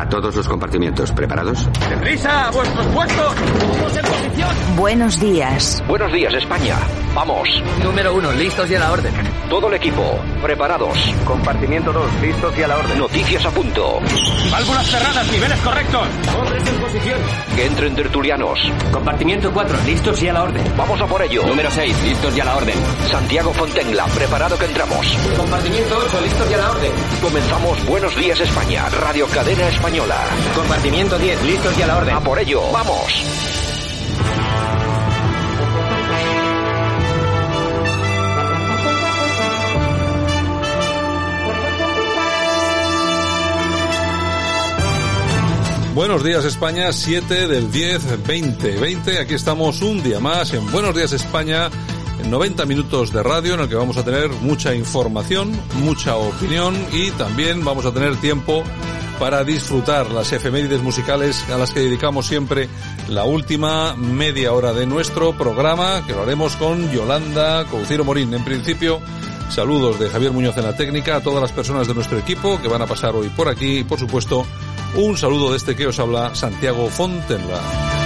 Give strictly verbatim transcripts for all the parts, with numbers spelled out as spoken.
A todos los compartimientos, ¿preparados? ¡Deprisa! ¡A vuestros puestos! ¡Todos en posición! Buenos días. Buenos días, España. Vamos. Número uno, listos y a la orden. Todo el equipo, preparados. Compartimiento dos, listos y a la orden. Noticias a punto. Válvulas cerradas, niveles correctos. Hombres en posición. Que entren tertulianos. Compartimiento cuatro, listos y a la orden. Vamos a por ello. Número seis, listos y a la orden. Santiago Fontenla, preparado que entramos. Compartimiento ocho, listos y a la orden. Comenzamos Buenos Días, España, Radio Cadena Española. Compartimiento diez, listos y a la orden. A por ello, vamos. Buenos días España, siete del diez, veinte veinte. Aquí estamos un día más en Buenos Días España, en noventa minutos de radio en el que vamos a tener mucha información, mucha opinión y también vamos a tener tiempo para disfrutar las efemérides musicales a las que dedicamos siempre la última media hora de nuestro programa, que lo haremos con Yolanda Couceiro Morín. En principio, saludos de Javier Muñoz en la técnica, a todas las personas de nuestro equipo que van a pasar hoy por aquí y, por supuesto, un saludo de este que os habla, Santiago Fontenla.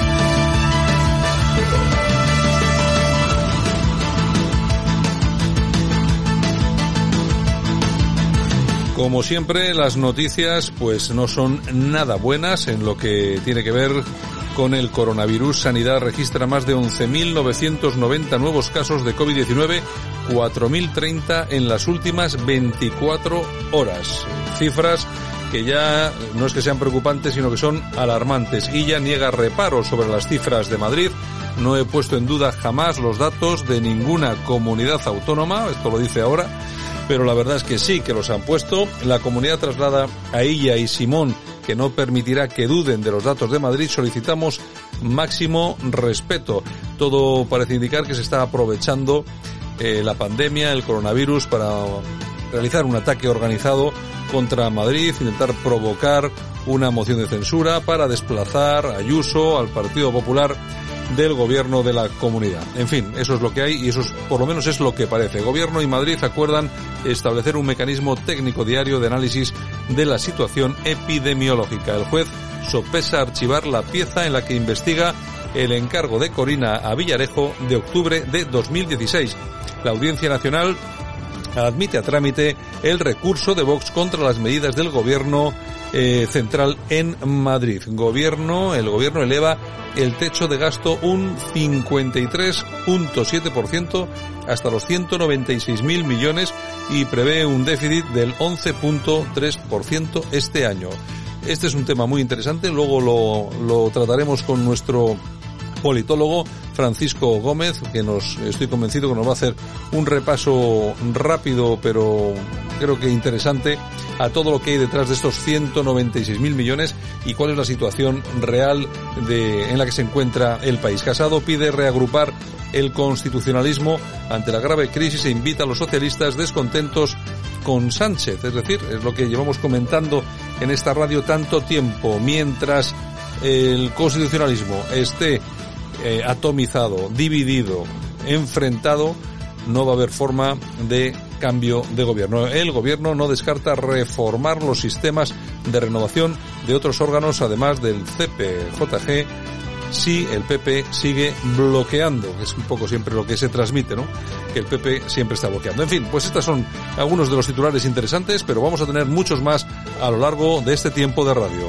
Como siempre, las noticias pues no son nada buenas en lo que tiene que ver con el coronavirus. Sanidad registra más de once mil novecientos noventa nuevos casos de COVID diecinueve, cuatro mil treinta en las últimas veinticuatro horas. Cifras que ya no es que sean preocupantes, sino que son alarmantes. Illa niega reparos sobre las cifras de Madrid. No he puesto en duda jamás los datos de ninguna comunidad autónoma, esto lo dice ahora, pero la verdad es que sí que los han puesto. La comunidad traslada a Illa y Simón que no permitirá que duden de los datos de Madrid. Solicitamos máximo respeto. Todo parece indicar que se está aprovechando eh, la pandemia, el coronavirus, para realizar un ataque organizado contra Madrid, intentar provocar una moción de censura para desplazar a Ayuso, al Partido Popular, del gobierno de la comunidad. En fin, eso es lo que hay y eso es, por lo menos es lo que parece. Gobierno y Madrid acuerdan establecer un mecanismo técnico diario de análisis de la situación epidemiológica. El juez sopesa archivar la pieza en la que investiga el encargo de Corina a Villarejo de octubre de dos mil dieciséis. La Audiencia Nacional admite a trámite el recurso de Vox contra las medidas del gobierno eh, central en Madrid. Gobierno, el gobierno eleva el techo de gasto un cincuenta y tres punto siete por ciento hasta los ciento noventa y seis mil millones y prevé un déficit del once punto tres por ciento este año. Este es un tema muy interesante, luego lo, lo trataremos con nuestro politólogo Francisco Gómez, que nos estoy convencido que nos va a hacer un repaso rápido pero creo que interesante a todo lo que hay detrás de estos ciento noventa y seis mil millones y cuál es la situación real de, en la que se encuentra el país. Casado pide reagrupar el constitucionalismo ante la grave crisis e invita a los socialistas descontentos con Sánchez, es decir, es lo que llevamos comentando en esta radio tanto tiempo. Mientras el constitucionalismo esté Eh, atomizado, dividido, enfrentado, no va a haber forma de cambio de gobierno. El gobierno no descarta reformar los sistemas de renovación de otros órganos, además del C P J G, si el P P sigue bloqueando, que es un poco siempre lo que se transmite, ¿no? Que el P P siempre está bloqueando. En fin, pues estos son algunos de los titulares interesantes, pero vamos a tener muchos más a lo largo de este tiempo de radio.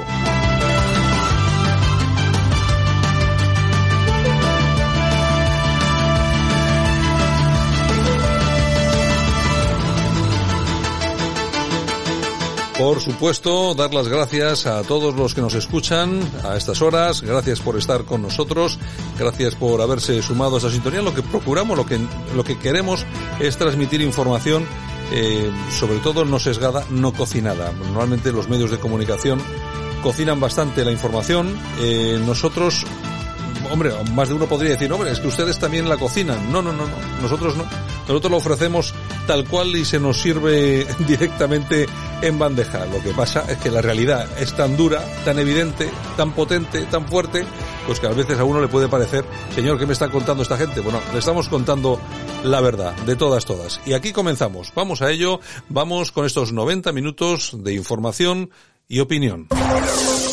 Por supuesto, dar las gracias a todos los que nos escuchan a estas horas. Gracias por estar con nosotros. Gracias por haberse sumado a esta sintonía. Lo que procuramos, lo que, lo que queremos es transmitir información, eh, sobre todo no sesgada, no cocinada. Normalmente los medios de comunicación cocinan bastante la información. Eh, nosotros, hombre, más de uno podría decir, hombre, es que ustedes también la cocinan. No, no, no, no. Nosotros no. Nosotros lo ofrecemos tal cual y se nos sirve directamente en bandeja. Lo que pasa es que la realidad es tan dura, tan evidente, tan potente, tan fuerte, pues que a veces a uno le puede parecer, señor, ¿qué me está contando esta gente? Bueno, le estamos contando la verdad, de todas, todas. Y aquí comenzamos. Vamos a ello, vamos con estos noventa minutos de información y opinión.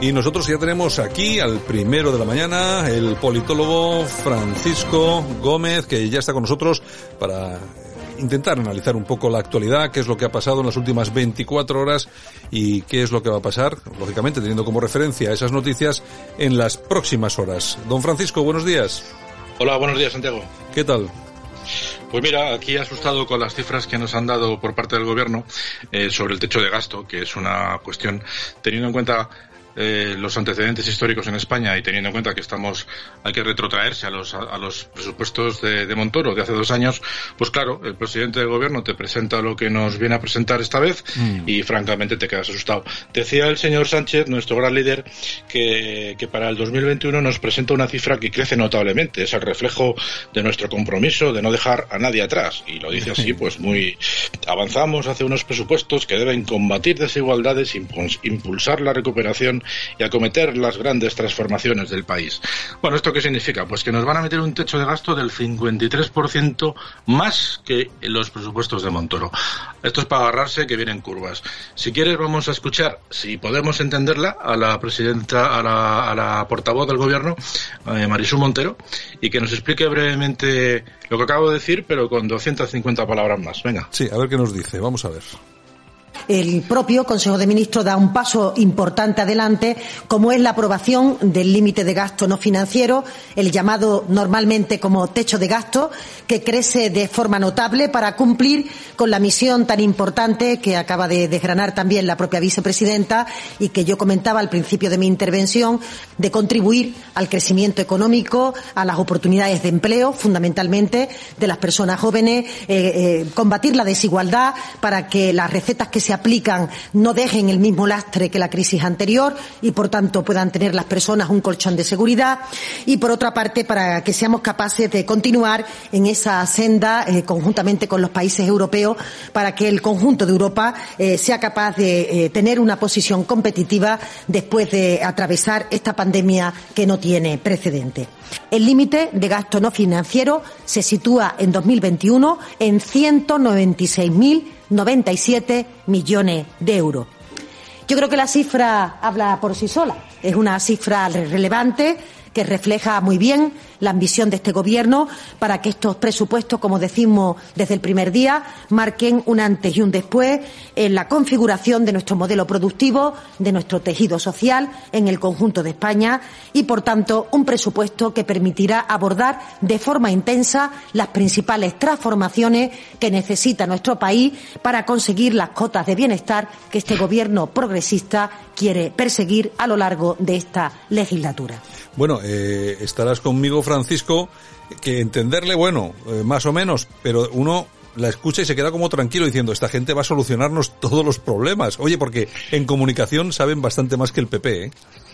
Y nosotros ya tenemos aquí al primero de la mañana el politólogo Francisco Gómez, que ya está con nosotros para intentar analizar un poco la actualidad, qué es lo que ha pasado en las últimas veinticuatro horas y qué es lo que va a pasar, lógicamente teniendo como referencia esas noticias en las próximas horas. Don Francisco, buenos días. Hola, buenos días, Santiago. ¿Qué tal? Pues mira, aquí asustado con las cifras que nos han dado por parte del gobierno eh, sobre el techo de gasto, que es una cuestión, teniendo en cuenta Eh, los antecedentes históricos en España y teniendo en cuenta que estamos, hay que retrotraerse a los a, a los presupuestos de, de Montoro de hace dos años, pues claro, el presidente del gobierno te presenta lo que nos viene a presentar esta vez mm. y francamente te quedas asustado. Decía el señor Sánchez, nuestro gran líder, que, que para el dos mil veintiuno nos presenta una cifra que crece notablemente, es el reflejo de nuestro compromiso de no dejar a nadie atrás, y lo dice así, pues muy avanzamos hacia unos presupuestos que deben combatir desigualdades, impulsar la recuperación y acometer las grandes transformaciones del país. Bueno, ¿esto qué significa? Pues que nos van a meter un techo de gasto del cincuenta y tres por ciento más que los presupuestos de Montoro. Esto es para agarrarse, que vienen curvas. Si quieres vamos a escuchar, si podemos entenderla, a la presidenta, a la, a la portavoz del gobierno, eh, Marisú Montero, y que nos explique brevemente lo que acabo de decir, pero con doscientas cincuenta palabras más. Venga. Sí, a ver qué nos dice. Vamos a ver. El propio Consejo de Ministros da un paso importante adelante, como es la aprobación del límite de gasto no financiero, el llamado normalmente como techo de gasto, que crece de forma notable para cumplir con la misión tan importante que acaba de desgranar también la propia vicepresidenta y que yo comentaba al principio de mi intervención, de contribuir al crecimiento económico, a las oportunidades de empleo, fundamentalmente de las personas jóvenes, eh, eh, combatir la desigualdad para que las recetas que se aplican no dejen el mismo lastre que la crisis anterior y, por tanto, puedan tener las personas un colchón de seguridad, y, por otra parte, para que seamos capaces de continuar en esa senda eh, conjuntamente con los países europeos, para que el conjunto de Europa eh, sea capaz de eh, tener una posición competitiva después de atravesar esta pandemia que no tiene precedente. El límite de gasto no financiero se sitúa en dos mil veintiuno en ciento noventa y seis mil noventa y siete millones de euros. Yo creo que la cifra habla por sí sola. Es una cifra relevante que refleja muy bien la ambición de este Gobierno para que estos presupuestos, como decimos desde el primer día, marquen un antes y un después en la configuración de nuestro modelo productivo, de nuestro tejido social en el conjunto de España y, por tanto, un presupuesto que permitirá abordar de forma intensa las principales transformaciones que necesita nuestro país para conseguir las cotas de bienestar que este Gobierno progresista quiere perseguir a lo largo de esta legislatura. Bueno, eh, estarás conmigo, Francisco, que entenderle, bueno, eh, más o menos, pero uno la escucha y se queda como tranquilo diciendo, esta gente va a solucionarnos todos los problemas. Oye, porque en comunicación saben bastante más que el P P, ¿eh?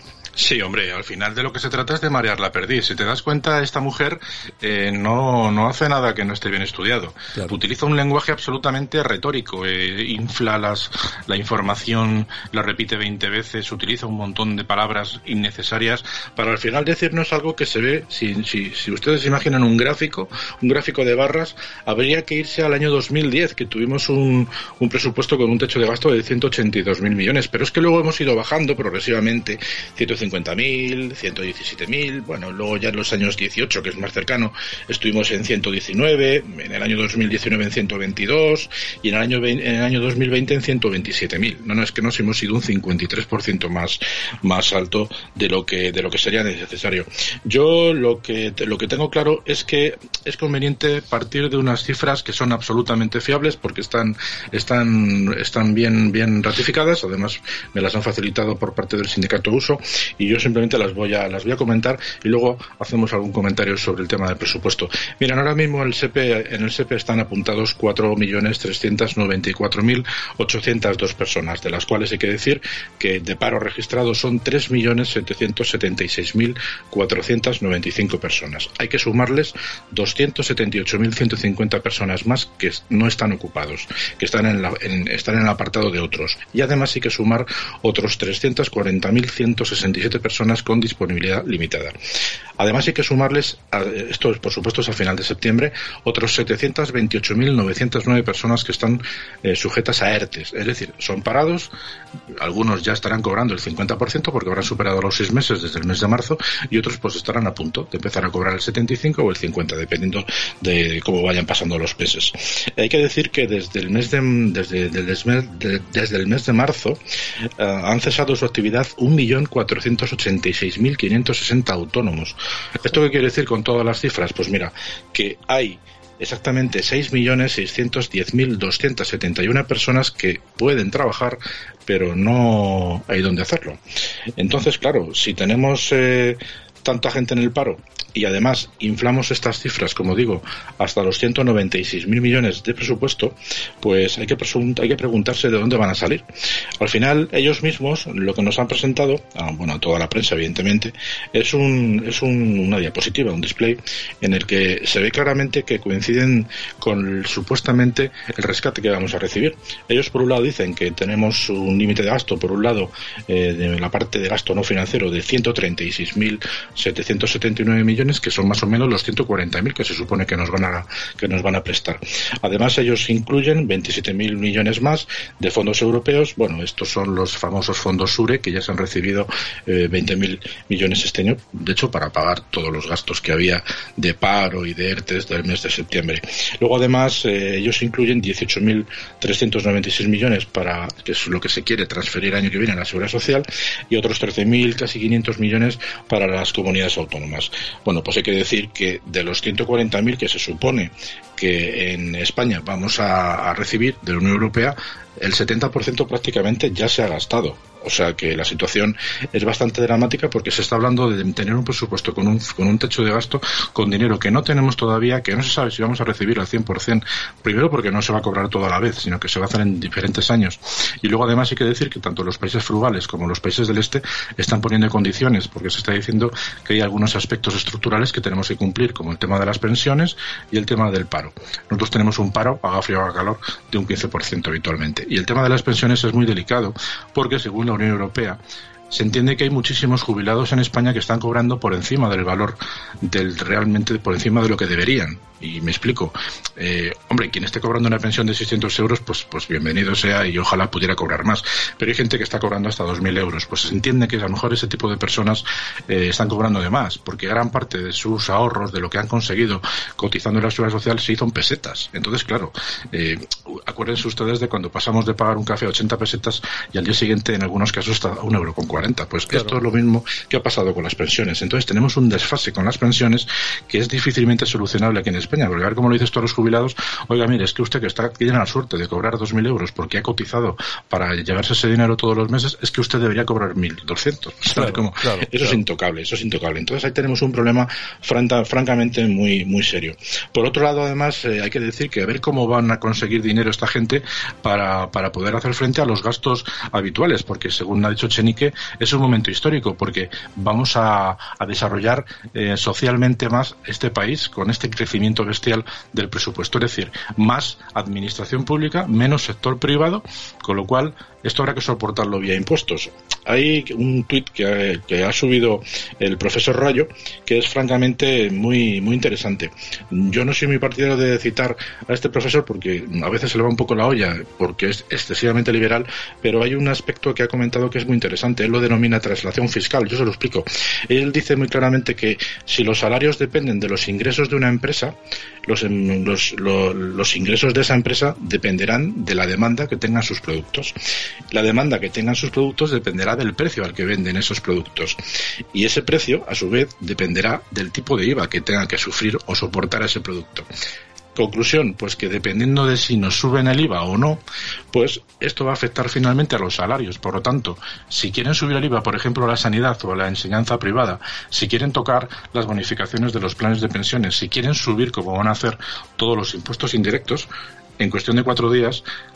Sí, hombre, al final de lo que se trata es de marear la perdiz. Si te das cuenta, esta mujer eh, no no hace nada que no esté bien estudiado. Claro. Utiliza un lenguaje absolutamente retórico, eh, infla las, la información, la repite veinte veces, utiliza un montón de palabras innecesarias para al final decirnos algo que se ve, si, si, si ustedes imaginan un gráfico, un gráfico de barras, habría que irse al año dos mil diez, que tuvimos un, un presupuesto con un techo de gasto de ciento ochenta y dos mil millones, pero es que luego hemos ido bajando progresivamente, ciento cincuenta mil, ciento diecisiete mil, bueno, luego ya en los años dieciocho, que es más cercano, estuvimos en ciento diecinueve, en el año dos mil diecinueve en ciento veintidós y en el año veinte, en el año dos mil veinte en ciento veintisiete mil. No, no, es que nos hemos ido un cincuenta y tres por ciento más más alto de lo que de lo que sería necesario. Yo lo que lo que tengo claro es que es conveniente partir de unas cifras que son absolutamente fiables porque están están están bien bien ratificadas, además me las han facilitado por parte del sindicato Uso y yo simplemente las voy a las voy a comentar y luego hacemos algún comentario sobre el tema del presupuesto. Miren, ahora mismo el S E P, en el S E P están apuntados cuatro millones trescientos noventa y cuatro mil ochocientas dos personas, de las cuales hay que decir que de paro registrado son tres millones setecientos setenta y seis mil cuatrocientas noventa y cinco personas. Hay que sumarles doscientos setenta y ocho mil ciento cincuenta personas más que no están ocupados, que están en, la, en, están en el apartado de otros. Y además hay que sumar otros trescientos cuarenta mil ciento sesenta y veintisiete personas con disponibilidad limitada. Además hay que sumarles, a esto por supuesto es a final de septiembre, otros setecientas veintiocho mil novecientas nueve personas que están eh, sujetas a ERTES, es decir, son parados, algunos ya estarán cobrando el cincuenta por ciento porque habrán superado los seis meses desde el mes de marzo y otros pues estarán a punto de empezar a cobrar el setenta y cinco o el cincuenta, dependiendo de cómo vayan pasando los meses. Hay que decir que desde el mes de, desde, desde, desde el mes de marzo uh, han cesado su actividad un millón cuatrocientos ochenta y seis mil quinientos sesenta autónomos. ¿Esto qué quiere decir con todas las cifras? Pues mira, que hay exactamente seis millones seiscientos diez mil doscientas setenta y una personas que pueden trabajar, pero no hay dónde hacerlo. Entonces, claro, si tenemos eh, tanta gente en el paro y además inflamos estas cifras, como digo, hasta los ciento noventa y seis mil millones de presupuesto, pues hay que, hay que preguntarse de dónde van a salir. Al final, ellos mismos, lo que nos han presentado, ah, bueno, a toda la prensa, evidentemente, es un es un, una diapositiva, un display, en el que se ve claramente que coinciden con el, supuestamente el rescate que vamos a recibir. Ellos, por un lado, dicen que tenemos un límite de gasto, por un lado, eh, de la parte de gasto no financiero de ciento treinta y seis mil setecientos setenta y nueve millones, que son más o menos los ciento cuarenta mil que se supone que nos van a que nos van a prestar. Además, ellos incluyen veintisiete mil millones más de fondos europeos. Bueno, estos son los famosos fondos SURE, que ya se han recibido eh, veinte mil millones este año, de hecho, para pagar todos los gastos que había de paro y de ERTES del mes de septiembre. Luego, además, eh, ellos incluyen dieciocho mil trescientos noventa y seis millones para, que es lo que se quiere transferir el año que viene a la Seguridad Social, y otros trece mil, casi quinientos millones para las comunidades autónomas. Bueno, pues hay que decir que de los ciento cuarenta mil que se supone que en España vamos a, a recibir de la Unión Europea, el setenta por ciento prácticamente ya se ha gastado. O sea que la situación es bastante dramática porque se está hablando de tener un presupuesto con un, con un techo de gasto con dinero que no tenemos todavía, que no se sabe si vamos a recibir al cien por ciento. Primero porque no se va a cobrar todo a la vez, sino que se va a hacer en diferentes años. Y luego además hay que decir que tanto los países frugales como los países del este están poniendo condiciones, porque se está diciendo que hay algunos aspectos estructurales que tenemos que cumplir, como el tema de las pensiones y el tema del paro. Nosotros tenemos un paro, haga frío o haga calor, de un quince por ciento habitualmente. Y el tema de las pensiones es muy delicado porque, según la Unión Europea, se entiende que hay muchísimos jubilados en España que están cobrando por encima del valor, del realmente por encima de lo que deberían. Y me explico. Eh, hombre, quien esté cobrando una pensión de seiscientos euros, pues pues bienvenido sea y ojalá pudiera cobrar más. Pero hay gente que está cobrando hasta dos mil euros. Pues se entiende que a lo mejor ese tipo de personas eh, están cobrando de más, porque gran parte de sus ahorros, de lo que han conseguido cotizando en la Seguridad Social, se hizo en pesetas. Entonces, claro, eh, acuérdense ustedes de cuando pasamos de pagar un café a ochenta pesetas y al día siguiente, en algunos casos, hasta un euro con cuarenta. Pues claro, esto es lo mismo que ha pasado con las pensiones. Entonces tenemos un desfase con las pensiones que es difícilmente solucionable aquí en España. Porque a ver cómo lo dices todos los jubilados, oiga, mire, es que usted que está que tiene la suerte de cobrar dos mil euros porque ha cotizado para llevarse ese dinero todos los meses, es que usted debería cobrar mil doscientos. Claro, claro, eso claro. es intocable, eso es intocable. Entonces ahí tenemos un problema franca, francamente muy muy serio. Por otro lado, además, eh, hay que decir que a ver cómo van a conseguir dinero esta gente para, para poder hacer frente a los gastos habituales, porque según ha dicho Chenique, es un momento histórico, porque vamos a, a desarrollar eh, socialmente más este país con este crecimiento bestial del presupuesto, es decir, más administración pública, menos sector privado, con lo cual esto habrá que soportarlo vía impuestos. Hay un tuit que ha, que ha subido el profesor Rayo que es francamente muy muy interesante. Yo no soy muy partidario de citar a este profesor porque a veces se le va un poco la olla porque es excesivamente liberal, pero hay un aspecto que ha comentado que es muy interesante. Él lo denomina traslación fiscal. Yo se lo explico. Él dice muy claramente que si los salarios dependen de los ingresos de una empresa, los, los, los, los ingresos de esa empresa dependerán de la demanda que tengan sus productos. La demanda que tengan sus productos dependerá del precio al que venden esos productos. Y ese precio, a su vez, dependerá del tipo de I V A que tenga que sufrir o soportar ese producto. Conclusión, pues que dependiendo de si nos suben el I V A o no, pues esto va a afectar finalmente a los salarios. Por lo tanto, si quieren subir el I V A, por ejemplo, a la sanidad o a la enseñanza privada, si quieren tocar las bonificaciones de los planes de pensiones, si quieren subir, como van a hacer, todos los impuestos indirectos, en cuestión de cuatro días,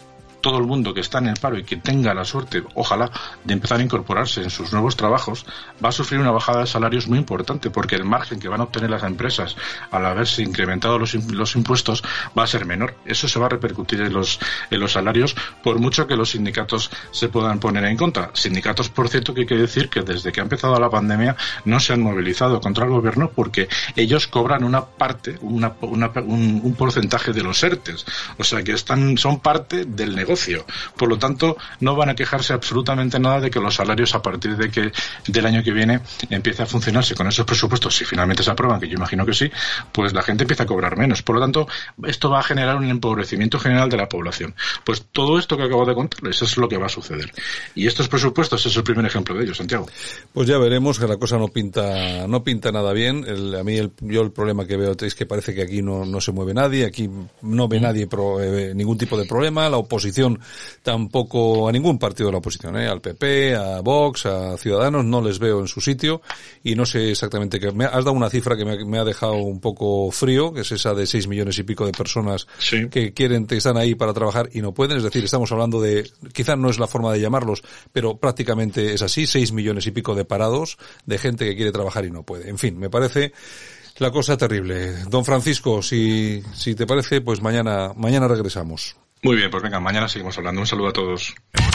todo el mundo que está en el paro y que tenga la suerte, ojalá, de empezar a incorporarse en sus nuevos trabajos, va a sufrir una bajada de salarios muy importante, porque el margen que van a obtener las empresas al haberse incrementado los, los impuestos va a ser menor. Eso se va a repercutir en los, en los salarios, por mucho que los sindicatos se puedan poner en contra. Sindicatos, por cierto, que hay que decir que desde que ha empezado la pandemia no se han movilizado contra el gobierno, porque ellos cobran una parte, una, una, un, un porcentaje de los ERTES. O sea que están, son parte del negocio. Por lo tanto, no van a quejarse absolutamente nada de que los salarios, a partir de que del año que viene empiece a funcionarse con esos presupuestos, si finalmente se aprueban, que yo imagino que sí, pues la gente empieza a cobrar menos. Por lo tanto, esto va a generar un empobrecimiento general de la población. Pues todo esto que acabo de contarles, eso es lo que va a suceder. Y estos presupuestos es el primer ejemplo de ello, Santiago. Pues ya veremos, que la cosa no pinta no pinta nada bien. El, a mí el, yo el problema que veo es que parece que aquí no, no se mueve nadie, aquí no ve nadie pro, eh, ningún tipo de problema, la oposición tampoco, a ningún partido de la oposición, eh, al P P, a Vox, a Ciudadanos, no les veo en su sitio y no sé exactamente qué. Me has dado una cifra que me, me ha dejado un poco frío, que es esa de seis millones y pico de personas sí. que quieren, que están ahí para trabajar y no pueden. Es decir, estamos hablando de, quizás no es la forma de llamarlos, pero prácticamente es así, seis millones y pico de parados, de gente que quiere trabajar y no puede. En fin, me parece la cosa terrible. Don Francisco, si, si te parece, pues mañana, mañana regresamos. Muy bien, pues venga, mañana seguimos hablando. Un saludo a todos.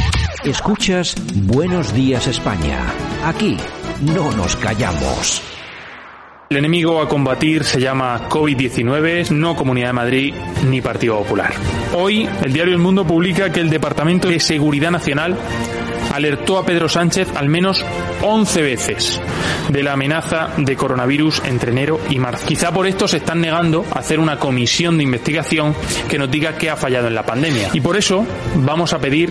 Escuchas Buenos Días España. Aquí no nos callamos. El enemigo a combatir se llama COVID diecinueve, no Comunidad de Madrid ni Partido Popular. Hoy, el diario El Mundo publica que el Departamento de Seguridad Nacional alertó a Pedro Sánchez al menos once veces de la amenaza de coronavirus entre enero y marzo. Quizá por esto se están negando a hacer una comisión de investigación que nos diga qué ha fallado en la pandemia. Y por eso vamos a pedir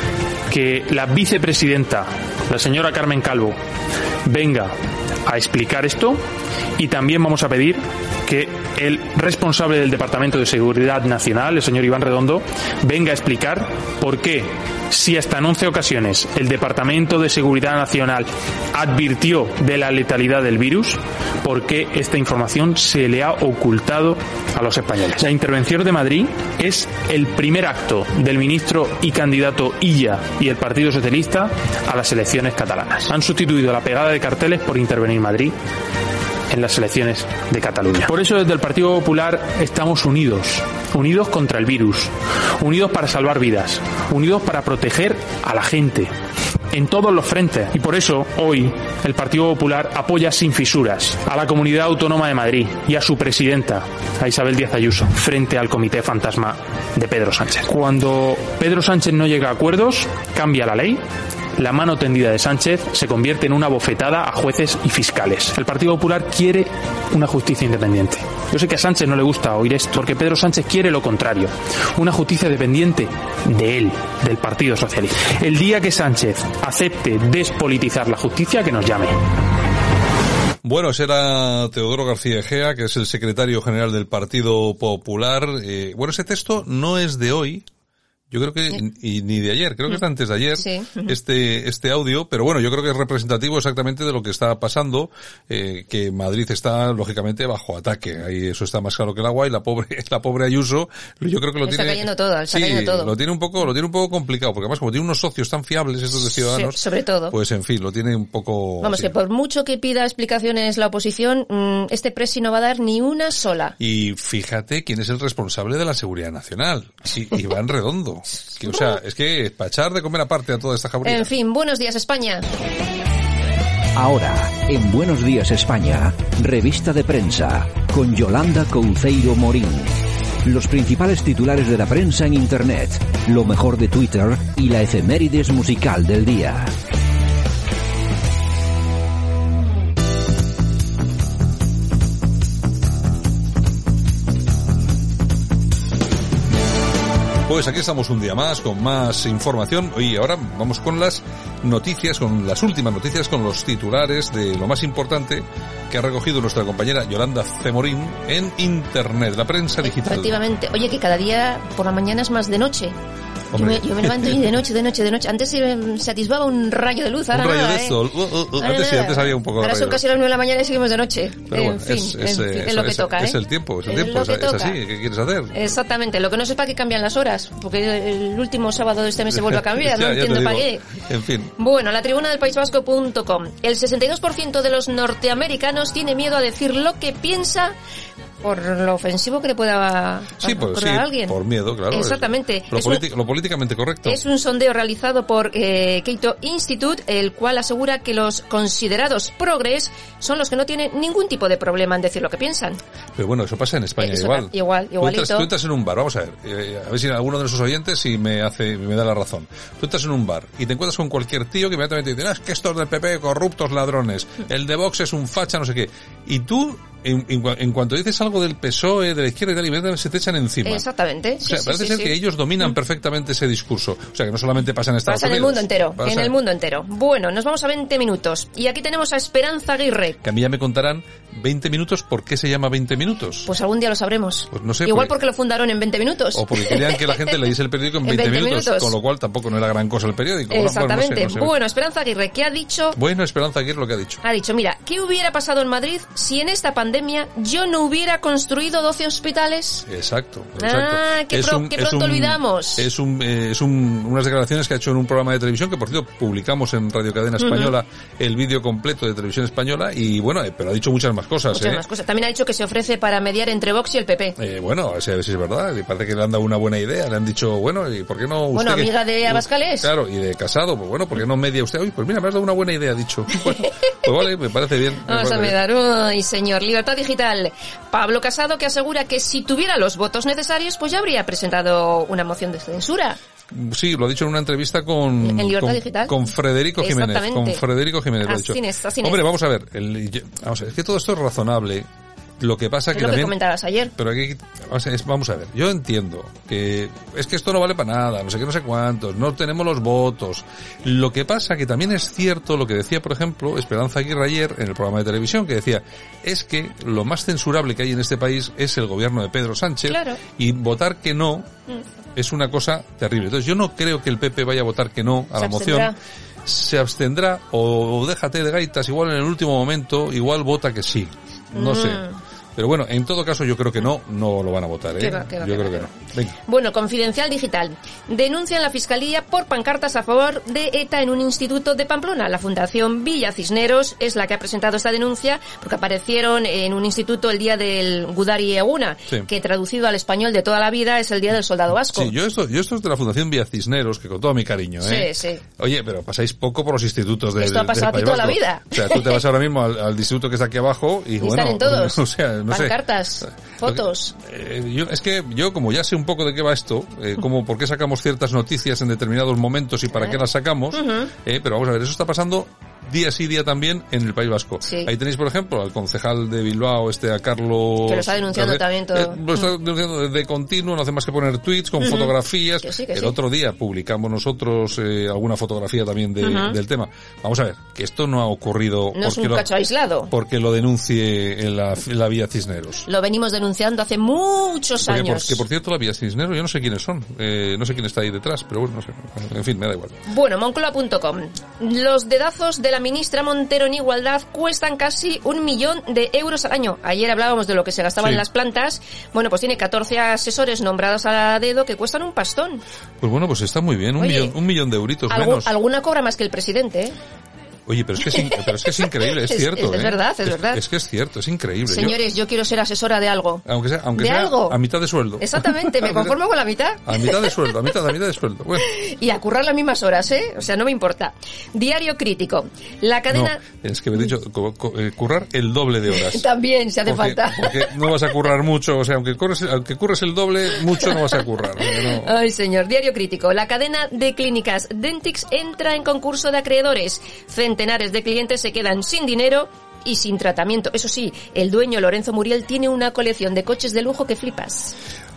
que la vicepresidenta, la señora Carmen Calvo, venga a explicar esto, y también vamos a pedir que el responsable del Departamento de Seguridad Nacional, el señor Iván Redondo, venga a explicar por qué, si hasta en once ocasiones el Departamento de Seguridad Nacional advirtió de la letalidad del virus, por qué esta información se le ha ocultado a los españoles. La intervención de Madrid es el primer acto del ministro y candidato Illa y el Partido Socialista a las elecciones catalanas. Han sustituido la pegada de carteles por intervenir Madrid en las elecciones de Cataluña. Por eso desde el Partido Popular estamos unidos, unidos contra el virus, unidos para salvar vidas, unidos para proteger a la gente en todos los frentes. Y por eso hoy el Partido Popular apoya sin fisuras a la Comunidad Autónoma de Madrid y a su presidenta, a Isabel Díaz Ayuso, frente al Comité Fantasma de Pedro Sánchez. Cuando Pedro Sánchez no llega a acuerdos, cambia la ley. La mano tendida de Sánchez se convierte en una bofetada a jueces y fiscales. El Partido Popular quiere una justicia independiente. Yo sé que a Sánchez no le gusta oír esto, porque Pedro Sánchez quiere lo contrario. Una justicia dependiente de él, del Partido Socialista. El día que Sánchez acepte despolitizar la justicia, que nos llame. Bueno, ese era Teodoro García Egea, que es el secretario general del Partido Popular. Eh, bueno, ese texto no es de hoy. Yo creo que, y ni de ayer, creo que es antes de ayer, sí. este este audio, pero bueno, yo creo que es representativo exactamente de lo que está pasando, eh, que Madrid está, lógicamente, bajo ataque. Ahí eso está más claro que el agua, y la pobre la pobre Ayuso, yo creo que lo está tiene... Cayendo todo, está sí, cayendo todo. lo tiene un poco, lo tiene un poco complicado, porque además como tiene unos socios tan fiables estos de Ciudadanos, sí, sobre todo. Pues en fin, lo tiene un poco... Vamos, así. Que por mucho que pida explicaciones la oposición, este presi no va a dar ni una sola. Y fíjate quién es el responsable de la seguridad nacional, sí, Iván Redondo, que, o sea, es que para echar de comer aparte a toda esta jauría. En fin, buenos días España. Ahora, en Buenos Días España, revista de prensa, con Yolanda Couceiro Morín. Los principales titulares de la prensa en Internet, lo mejor de Twitter y la efemérides musical del día. Pues aquí estamos un día más con más información y ahora vamos con las noticias, con las últimas noticias, con los titulares de lo más importante que ha recogido nuestra compañera Yolanda Cemorín en Internet, la prensa digital. Efectivamente. Oye, que cada día por la mañana es más de noche. Yo me, yo me levanto y de noche, de noche, de noche. Antes se, se atisbaba un rayo de luz, ahora un rayo nada, de ¿eh? sol. Uh, uh, uh, antes sí, nada. antes había un poco de Ahora rayo. son casi las nueve de la mañana y seguimos de noche. Pero en bueno, fin, es, en es, fin, es, es lo que es, toca, ¿eh? Es el tiempo, es el Es tiempo, lo es, que es toca. así, ¿qué quieres hacer? Exactamente, lo que no sé es para qué cambian las horas, porque el último sábado de este mes se vuelve a cambiar, Ya, no ya entiendo te para digo. qué. En fin. Bueno, la tribuna del país vasco punto com. El sesenta y dos por ciento de los norteamericanos tiene miedo a decir lo que piensa por lo ofensivo que le pueda Sí, pues, ocurrir sí, a alguien. por miedo, claro. Exactamente. Lo, Es un- politi- lo políticamente correcto. Es un sondeo realizado por eh, Cato Institute, el cual asegura que los considerados progres son los que no tienen ningún tipo de problema en decir lo que piensan. Pero bueno, eso pasa en España Eso igual. ta- igual, Tú igualito. entras, tú entras en un bar, vamos a ver, eh, a ver si alguno de nuestros oyentes si me hace, me da la razón. Tú entras en un bar y te encuentras con cualquier tío que inmediatamente dice, ah, es que estos del P P, corruptos, ladrones, el de Vox es un facha, no sé qué. Y tú, en, en, en cuanto dices algo del P S O E, de la izquierda y tal, inmediatamente se te echan encima. Exactamente. O sea, Sí, parece sí, ser sí, que sí. ellos dominan perfectamente ese discurso. O sea, que no solamente pasa en Estados Pasa en el Unidos. mundo entero, Pasa en el mundo entero. Bueno, nos vamos a veinte minutos. Y aquí tenemos a Esperanza Aguirre. Que a mí ya me contarán veinte minutos, ¿por qué se llama veinte minutos? Pues algún día lo sabremos. Pues no sé, Igual porque- porque lo fundaron en veinte minutos. O porque querían que la gente leyese el periódico en En veinte, 20 minutos, minutos. con lo cual tampoco no era gran cosa el periódico. Bueno, Exactamente. Bueno, no sé, no sé. Bueno, Esperanza Aguirre, ¿qué ha dicho? Bueno, Esperanza Aguirre lo que ha dicho. Ha dicho, mira, ¿qué hubiera pasado en Madrid si en esta pandemia yo no hubiera construido doce hospitales? Exacto, exacto. Ah, qué pro- qué pronto olvidamos. Es un, eh, es un, unas declaraciones que ha hecho en un programa de televisión que, por cierto, publicamos en Radio Cadena Española el vídeo completo de Televisión Española y, bueno, eh, pero ha dicho muchas más cosas, Muchas ¿eh? más cosas. También ha dicho que se ofrece para mediar entre Vox y el P P. Eh, bueno, a ver si es verdad, y parece que le han dado una buena idea, le han dicho, bueno, ¿y por qué no usted Bueno, que- amiga de Abascal es. Claro, y de Casado, pues bueno, ¿por qué no media usted? Uy, pues mira, me has dado una buena idea, ha dicho. Bueno, pues vale, me parece bien. me Vamos a parece bien. medar. Ay, señor. Libertad Digital. Pablo Casado, que asegura que si tuviera los votos necesarios, pues ya habría presentado una moción de censura. Sí, lo ha dicho en una entrevista con, En Libertad con, Digital. con Frederico Jiménez. Exactamente. Con Frederico Jiménez lo ha Así dicho. es, así es. Hombre, vamos a ver, el, yo- vamos a ver, es que todo esto es razonable. Lo que pasa Es que lo que también... comentabas ayer. Pero aquí, vamos a, es- vamos a ver, yo entiendo que es que esto no vale para nada, no sé qué, no sé cuántos, no tenemos los votos. Lo que pasa que también es cierto lo que decía, por ejemplo, Esperanza Aguirre ayer en el programa de televisión, que decía, es que lo más censurable que hay en este país es el gobierno de Pedro Sánchez Claro. y votar que no es una cosa terrible. Entonces yo no creo que el P P vaya a votar que no a Se la moción. abstendrá. Se abstendrá o, o déjate de gaitas, igual en el último momento, igual vota que sí. No Mm. sé. Pero bueno, en todo caso yo creo que no, no lo van a votar, ¿eh? Que va, que va, yo que creo va, que que no. Venga. Bueno, Confidencial Digital. Denuncian la Fiscalía por pancartas a favor de ETA en un instituto de Pamplona. La Fundación Villa Cisneros es la que ha presentado esta denuncia porque aparecieron en un instituto el día del Gudari Eguna, Sí. que traducido al español de toda la vida es el Día del Soldado Vasco. Sí, yo esto, yo esto es de la Fundación Villa Cisneros, que con todo mi cariño, ¿eh? Sí, sí. Oye, pero pasáis poco por los institutos de Esto ha pasado del aquí toda País la Vasco. vida. O sea, tú te vas ahora mismo al, al instituto que está aquí abajo y, Y bueno... están en todos. O sea, no sé. Pancartas, fotos. Eh, yo, es que yo, como ya sé un poco de qué va esto, eh, como por qué sacamos ciertas noticias en determinados momentos y para qué las sacamos, eh, pero vamos a ver, eso está pasando día sí día también en el País Vasco. Sí. Ahí tenéis, por ejemplo, al concejal de Bilbao, este a Carlos... Que lo está denunciando Eh, también todo. eh, lo está denunciando de continuo, no hace más que poner tweets con fotografías. Que sí, que el sí. otro día publicamos nosotros eh, alguna fotografía también de- Ujú. del tema. Vamos a ver, que esto no ha ocurrido No es porque un lo, cacho aislado. porque lo denuncie en la, en la Vía Cisneros. Lo venimos denunciando hace muchos Porque por, años. que por cierto la Vía Cisneros, yo no sé quiénes son, eh, no sé quién está ahí detrás, pero bueno, no sé, en fin, me da igual. Bueno, Moncloa punto com. Los dedazos de la ministra Montero en igualdad cuestan casi un millón de euros al año. Ayer hablábamos de lo que se gastaba Sí. en las plantas. Bueno, pues tiene catorce asesores nombrados a dedo que cuestan un pastón. Pues bueno, pues está muy bien, un Oye, millón, un millón de euritos Algu- menos. alguna cobra más que el presidente, ¿eh? Oye, pero es que es, in- pero es que es increíble, es Es- cierto, es- es ¿eh? verdad, es verdad. Es que es cierto, es increíble. Yo- Señores, yo quiero ser asesora de algo. aunque sea, aunque ¿De sea algo? a mitad de sueldo. Exactamente, me conformo con la mitad. A mitad de sueldo, a mitad, a mitad de sueldo. Bueno, Y a currar las mismas horas, ¿eh? O sea, no me importa. Diario Crítico. La no, cadena... es que me he dicho, co- co- eh, currar el doble de horas. También, si hace Porque, falta. porque no vas a currar mucho, o sea, aunque corres, aunque curres el doble, mucho no vas a currar. ¿eh? No. Ay, señor. Diario Crítico. La cadena de clínicas Dentix entra en concurso de acreedores. Centenares de clientes se quedan sin dinero y sin tratamiento. Eso sí, el dueño Lorenzo Muriel tiene una colección de coches de lujo que flipas.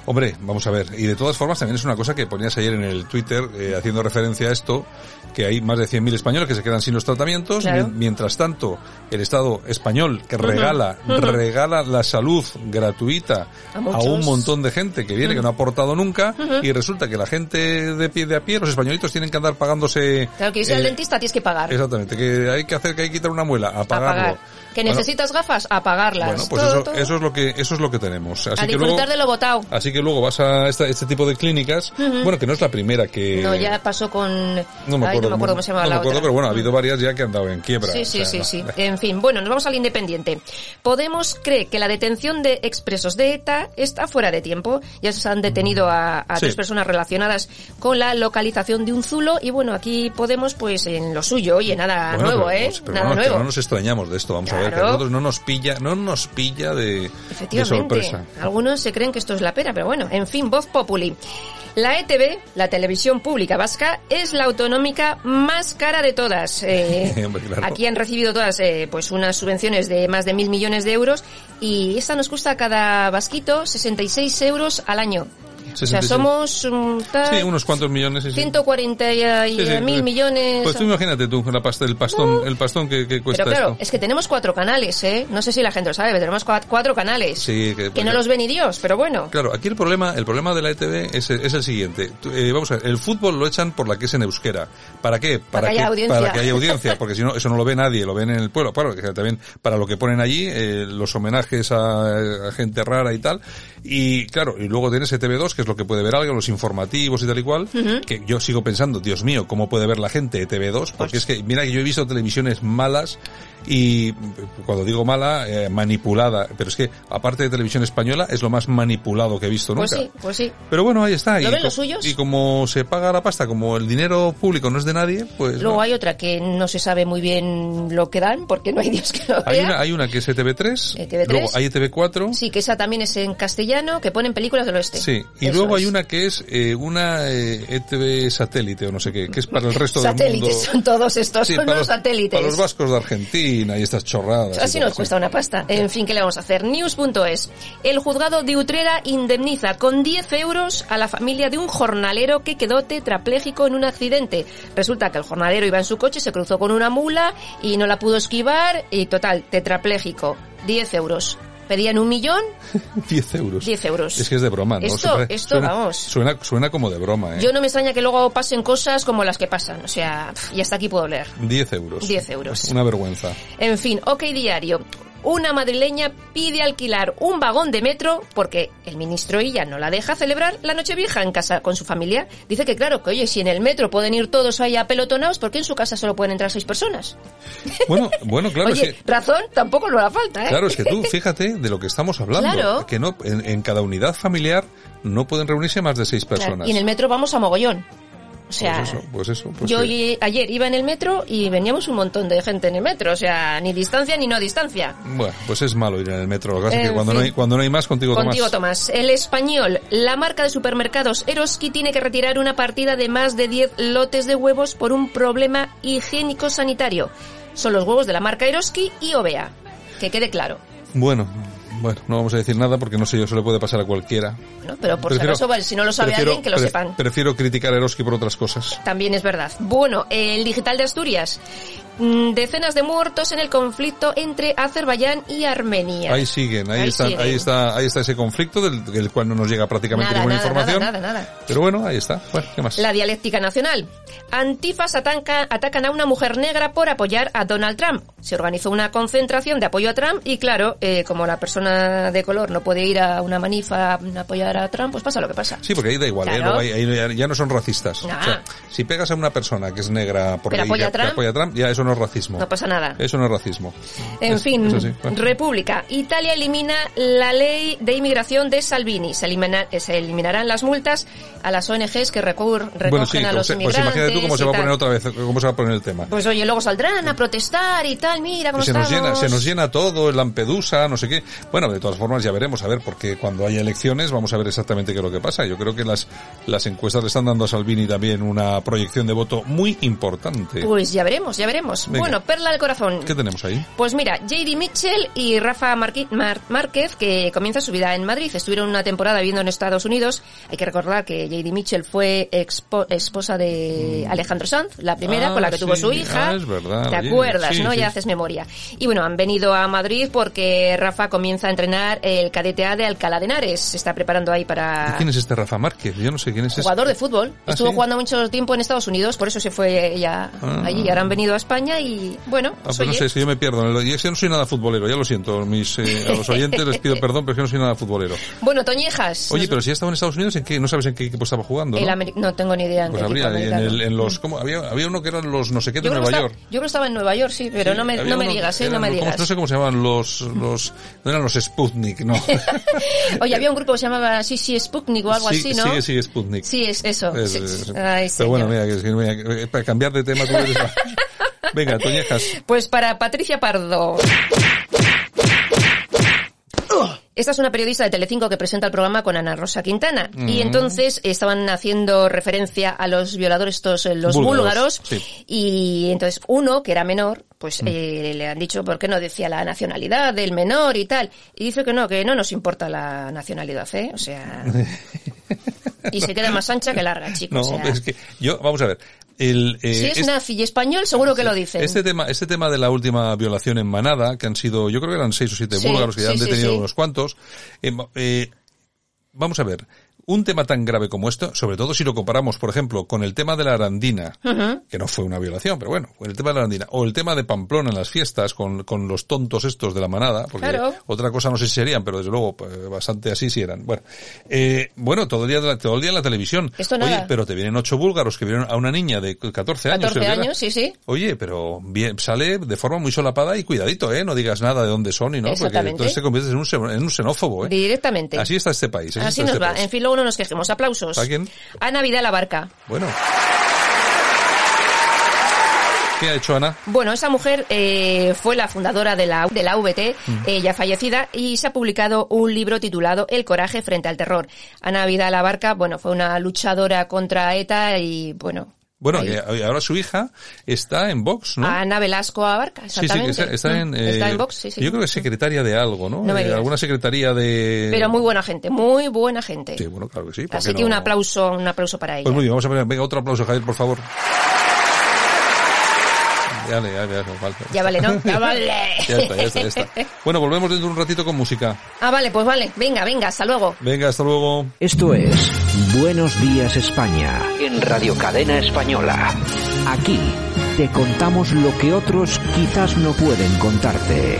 Hombre, vamos a ver. Y de todas formas también es una cosa que ponías ayer en el Twitter, eh, haciendo referencia a esto, que hay más de cien mil españoles que se quedan sin los tratamientos. Claro. Mi, mientras tanto, el Estado español que uh-huh. regala, uh-huh. regala la salud gratuita a, a un montón de gente que viene, uh-huh. que no ha aportado nunca, uh-huh. y resulta que la gente de pie de a pie, los españolitos tienen que andar pagándose... Claro, que irse eh, al dentista tienes que pagar. Exactamente, que hay que hacer que hay que quitar una muela, a pagarlo. A pagar. Que necesitas bueno, gafas, a pagarlas. Bueno, pues todo, eso, todo. eso es lo que eso es lo que tenemos. Así a que disfrutar luego, de lo botado. Así que luego vas a esta, este tipo de clínicas, uh-huh. bueno, que no es la primera que... No, ya pasó con... No me acuerdo, Ay, no me acuerdo cómo se llamaba no la me acuerdo, otra. Pero bueno, ha habido varias ya que han dado en quiebra. Sí, sí, o sea, sí, no. sí. En fin, bueno, nos vamos al Independiente. Podemos cree que la detención de expresos de ETA está fuera de tiempo. Ya se han detenido a, a sí. tres personas relacionadas con la localización de un zulo y bueno, aquí Podemos pues en lo suyo, oye, nada bueno, nuevo, pero, ¿eh? Pues, pero nada no, nuevo. Que no nos extrañamos de esto, vamos claro. a ver, que a nosotros no nos pilla, no nos pilla de, de sorpresa. Algunos se creen que esto es la pera, pero bueno, en fin, Voz Populi. La E T V, la televisión pública vasca, es la autonómica más cara de todas. Eh, claro. Aquí han recibido todas eh, pues unas subvenciones de más de mil millones de euros y esta nos cuesta a cada vasquito sesenta y seis euros al año. sesenta y seis. O sea, somos um, tal, sí, unos cuantos millones. Sí, sí. ciento cuarenta y sí, sí, mil sí. millones. Pues tú imagínate tú, la pasta, el pastón, uh, el pastón que, que cuesta pero claro, esto. es que tenemos cuatro canales, ¿eh? No sé si la gente lo sabe, pero tenemos cuatro, cuatro canales. Sí, que, que no los ve ni Dios, pero bueno. Claro, aquí el problema, el problema de la E T V es, es el siguiente. Eh, vamos a ver, el fútbol lo echan por la que es en euskera. ¿Para qué? Para, para que haya audiencia. Para que haya audiencia, porque si no, eso no lo ve nadie, lo ven en el pueblo. Claro, que también para lo que ponen allí, eh, los homenajes a, a gente rara y tal. Y claro, y luego tienes E T V dos, que es lo que puede ver alguien, los informativos y tal y cual, uh-huh. que yo sigo pensando, Dios mío, ¿cómo puede ver la gente E T V dos? Porque pues... es que, mira que yo he visto televisiones malas y, cuando digo mala, eh, manipulada, pero es que, aparte de televisión española, es lo más manipulado que he visto nunca. Pues sí, pues sí. Pero bueno, ahí está. ¿Lo y, ven los suyos? Y como se paga la pasta, como el dinero público no es de nadie, pues... Luego no. hay otra que no se sabe muy bien lo que dan, porque no hay Dios que lo vea. Hay una, hay una que es E T V tres, E T V tres. Luego hay E T V cuatro. Sí, que esa también es en castellano, que ponen películas del oeste. Sí, y Eso luego es. hay una que es eh, una eh, E T V satélite o no sé qué, que es para el resto del mundo. Satélites son todos estos, sí, son para los satélites. Para los vascos de Argentina y estas chorradas. Así nos cuesta una pasta. En fin, ¿qué le vamos a hacer? News punto es. El juzgado de Utrera indemniza con diez euros a la familia de un jornalero que quedó tetrapléjico en un accidente. Resulta que el jornalero iba en su coche, se cruzó con una mula y no la pudo esquivar y total, tetrapléjico. diez euros. Pedían un millón. diez euros. diez euros. Es que es de broma, ¿no? Esto, suena, esto vamos. Suena, suena como de broma, ¿eh? Yo no me extraña que luego pasen cosas como las que pasan. O sea, y hasta aquí puedo leer. diez euros. diez euros. Una vergüenza. En fin, OK Diario. Una madrileña pide alquilar un vagón de metro porque el ministro Illa no la deja celebrar la Nochevieja en casa con su familia. Dice que claro, que oye, si en el metro pueden ir todos ahí apelotonados, ¿por qué en su casa solo pueden entrar seis personas? Bueno, bueno, claro. Oye, es que, razón tampoco no hará falta, ¿eh? Claro, es que tú, fíjate de lo que estamos hablando. Claro. Que no, en, en cada unidad familiar no pueden reunirse más de seis personas. Claro, y en el metro vamos a mogollón. O sea, pues eso, pues eso, pues yo que... ayer iba en el metro y veníamos un montón de gente en el metro, o sea, ni distancia ni no distancia. Bueno, pues es malo ir en el metro, lo que pasa es que cuando no, hay, cuando no hay más, contigo, contigo Tomás. Tomás. El Español, la marca de supermercados Eroski tiene que retirar una partida de más de diez lotes de huevos por un problema higiénico-sanitario. Son los huevos de la marca Eroski y Ovea, que quede claro. Bueno... Bueno, no vamos a decir nada porque no sé yo, eso le puede pasar a cualquiera. Bueno, pero por prefiero, si acaso, vale, si no lo sabe prefiero, alguien, que lo pre- sepan. Prefiero criticar a Eroski por otras cosas. También es verdad. Bueno, el Digital de Asturias. Decenas de muertos en el conflicto entre Azerbaiyán y Armenia. Ahí siguen, ahí, ahí están, siguen. ahí está, ahí está ese conflicto del, del cual no nos llega prácticamente nada, ninguna nada, información. Nada, nada, nada. Pero bueno, ahí está. Bueno, ¿qué más? La dialéctica nacional. Antifas ataca, atacan a una mujer negra por apoyar a Donald Trump. Se organizó una concentración de apoyo a Trump y claro, eh, como la persona de color no puede ir a una manifa a apoyar a Trump, pues pasa lo que pasa. Sí, porque ahí da igual, claro. ¿eh? ahí, ahí ya no son racistas. Nah. O sea, si pegas a una persona que es negra porque Pero apoya, que, Trump, que apoya a Trump, ya eso no es racismo. No pasa nada. Eso no es racismo. En es, fin, sí. bueno. República. Italia elimina la ley de inmigración de Salvini. Se, elimina, se eliminarán las multas a las O N Gs que recur, recogen bueno, sí, a los pues, inmigrantes. Pues imagínate tú cómo se va a tal. poner otra vez, cómo se va a poner el tema. Pues oye, luego saldrán a protestar y tal, mira cómo se estamos. nos llena, se nos llena todo, el Lampedusa, no sé qué. Bueno, Bueno, de todas formas ya veremos, a ver, porque cuando haya elecciones vamos a ver exactamente qué es lo que pasa. Yo creo que las las encuestas le están dando a Salvini también una proyección de voto muy importante. Pues ya veremos, ya veremos. Venga. Bueno, perla del corazón. ¿Qué tenemos ahí? Pues mira, J D Mitchell y Rafa Marquí- Mar- Márquez, que comienza su vida en Madrid, estuvieron una temporada viviendo en Estados Unidos. Hay que recordar que J D Mitchell fue expo- esposa de Alejandro Sanz, la primera, ah, con la que sí. tuvo su hija. Ah, es verdad. ¿Te Oye, acuerdas, sí, no? Sí. Ya haces memoria. Y bueno, han venido a Madrid porque Rafa comienza a entrenar el cadete A de Alcalá de Henares. Se está preparando ahí para... ¿Y quién es este Rafa Márquez? Yo no sé quién es este. Jugador de fútbol. ¿Ah, Estuvo sí? jugando mucho tiempo en Estados Unidos, por eso se fue ella Ah. allí. Y ahora han venido a España y, bueno, Ah, pues oye, no sé, es que yo me pierdo. Y es que no soy nada futbolero, ya lo siento. Mis, eh, a los oyentes les pido perdón, pero es que no soy nada futbolero. Bueno, Toñejas. Oye, nos- pero si ya estaba en Estados Unidos, ¿en qué? No sabes en qué equipo estaba jugando, el ¿no? Ameri- no tengo ni idea en Pues qué habría equipo en, americano. el, en los... ¿cómo? Había, había uno que eran los no sé qué de Yo creo, Nueva que York. estaba, yo creo que estaba en Nueva York, sí, pero Sí, no me, había no me uno digas, que ¿eh? No eran me los- ¿cómo? digas. No sé cómo se llamaban los... los no eran los Sputnik, ¿no? Oye, había un grupo que se llamaba Sí, sí, Sputnik o algo sí, así, ¿no? Sí, sí, Sputnik. Sí, es eso. Es- sí. es- Ay, pero bueno, señor. mira, que, que- mira, que- para cambiar de tema tú eres... Venga, Toñejas. Pues para Patricia Pardo. Esta es una periodista de Telecinco que presenta el programa con Ana Rosa Quintana. Mm. Y entonces estaban haciendo referencia a los violadores estos, eh, los Búlgaros, búlgaros. sí. Y entonces uno, que era menor, pues Mm. eh, le han dicho por qué no decía la nacionalidad del menor y tal. Y dice que no, que no nos importa la nacionalidad, ¿eh? O sea... y se queda más ancha que larga, chicos. No, o sea, es que yo, vamos a ver. El, eh, si es este- nazi y español, seguro que lo dicen. Este tema, este tema de la última violación en Manada, que han sido, yo creo que eran seis o siete Sí, búlgaros que ya sí, han sí, detenido sí. unos cuantos. Eh, eh, vamos a ver. Un tema tan grave como esto, sobre todo si lo comparamos, por ejemplo, con el tema de la Arandina, Ujú. que no fue una violación, pero bueno, con el tema de la Arandina, o el tema de Pamplona en las fiestas, con, con los tontos estos de la manada, porque Claro. otra cosa no sé si serían, pero desde luego pues, bastante así sí eran. Bueno, eh, bueno, todo el día, de la- todo el día en la televisión. Esto nada. Oye, pero te vienen ocho búlgaros que vieron a una niña de catorce años. catorce Elvira. años, sí, sí. Oye, pero bien, sale de forma muy solapada y cuidadito, ¿eh? No digas nada de dónde son y no, porque Exactamente. entonces te conviertes en un, xen- en un xenófobo, ¿eh? Directamente. Así está este país. Así, Así está nos este va. país. En fin, luego no nos quejemos. Aplausos. ¿A quién? Ana Vidal Abarca. Bueno. ¿Qué ha hecho Ana? Bueno, esa mujer eh, fue la fundadora de la, de la V T, Mm. eh, ya fallecida, y se ha publicado un libro titulado El coraje frente al terror. Ana Vidal Abarca, bueno, fue una luchadora contra ETA y, bueno... Bueno, ahí. que ahora su hija está en Vox, ¿no? Ana Velasco Abarca, Sí, sí, que exactamente. está, está en... Mm, eh, está en Vox, sí, sí. Yo creo que es secretaria de algo, ¿no? No me Eh, digas. alguna secretaría de... Pero muy buena gente, muy buena gente. Sí, bueno, claro que sí. ¿por Así qué que no? un aplauso, un aplauso para ella. Pues muy bien, vamos a poner, venga, otro aplauso, Javier, por favor. Ya, vale, ya, ya, no, vale. Ya vale, ¿no? Ya vale. Ya está, ya está, ya está. Bueno, volvemos dentro de un ratito con música. Ah, vale, pues vale. Venga, venga, hasta luego. Venga, hasta luego. Esto es Buenos Días España en Radio Cadena Española. Aquí te contamos lo que otros quizás no pueden contarte.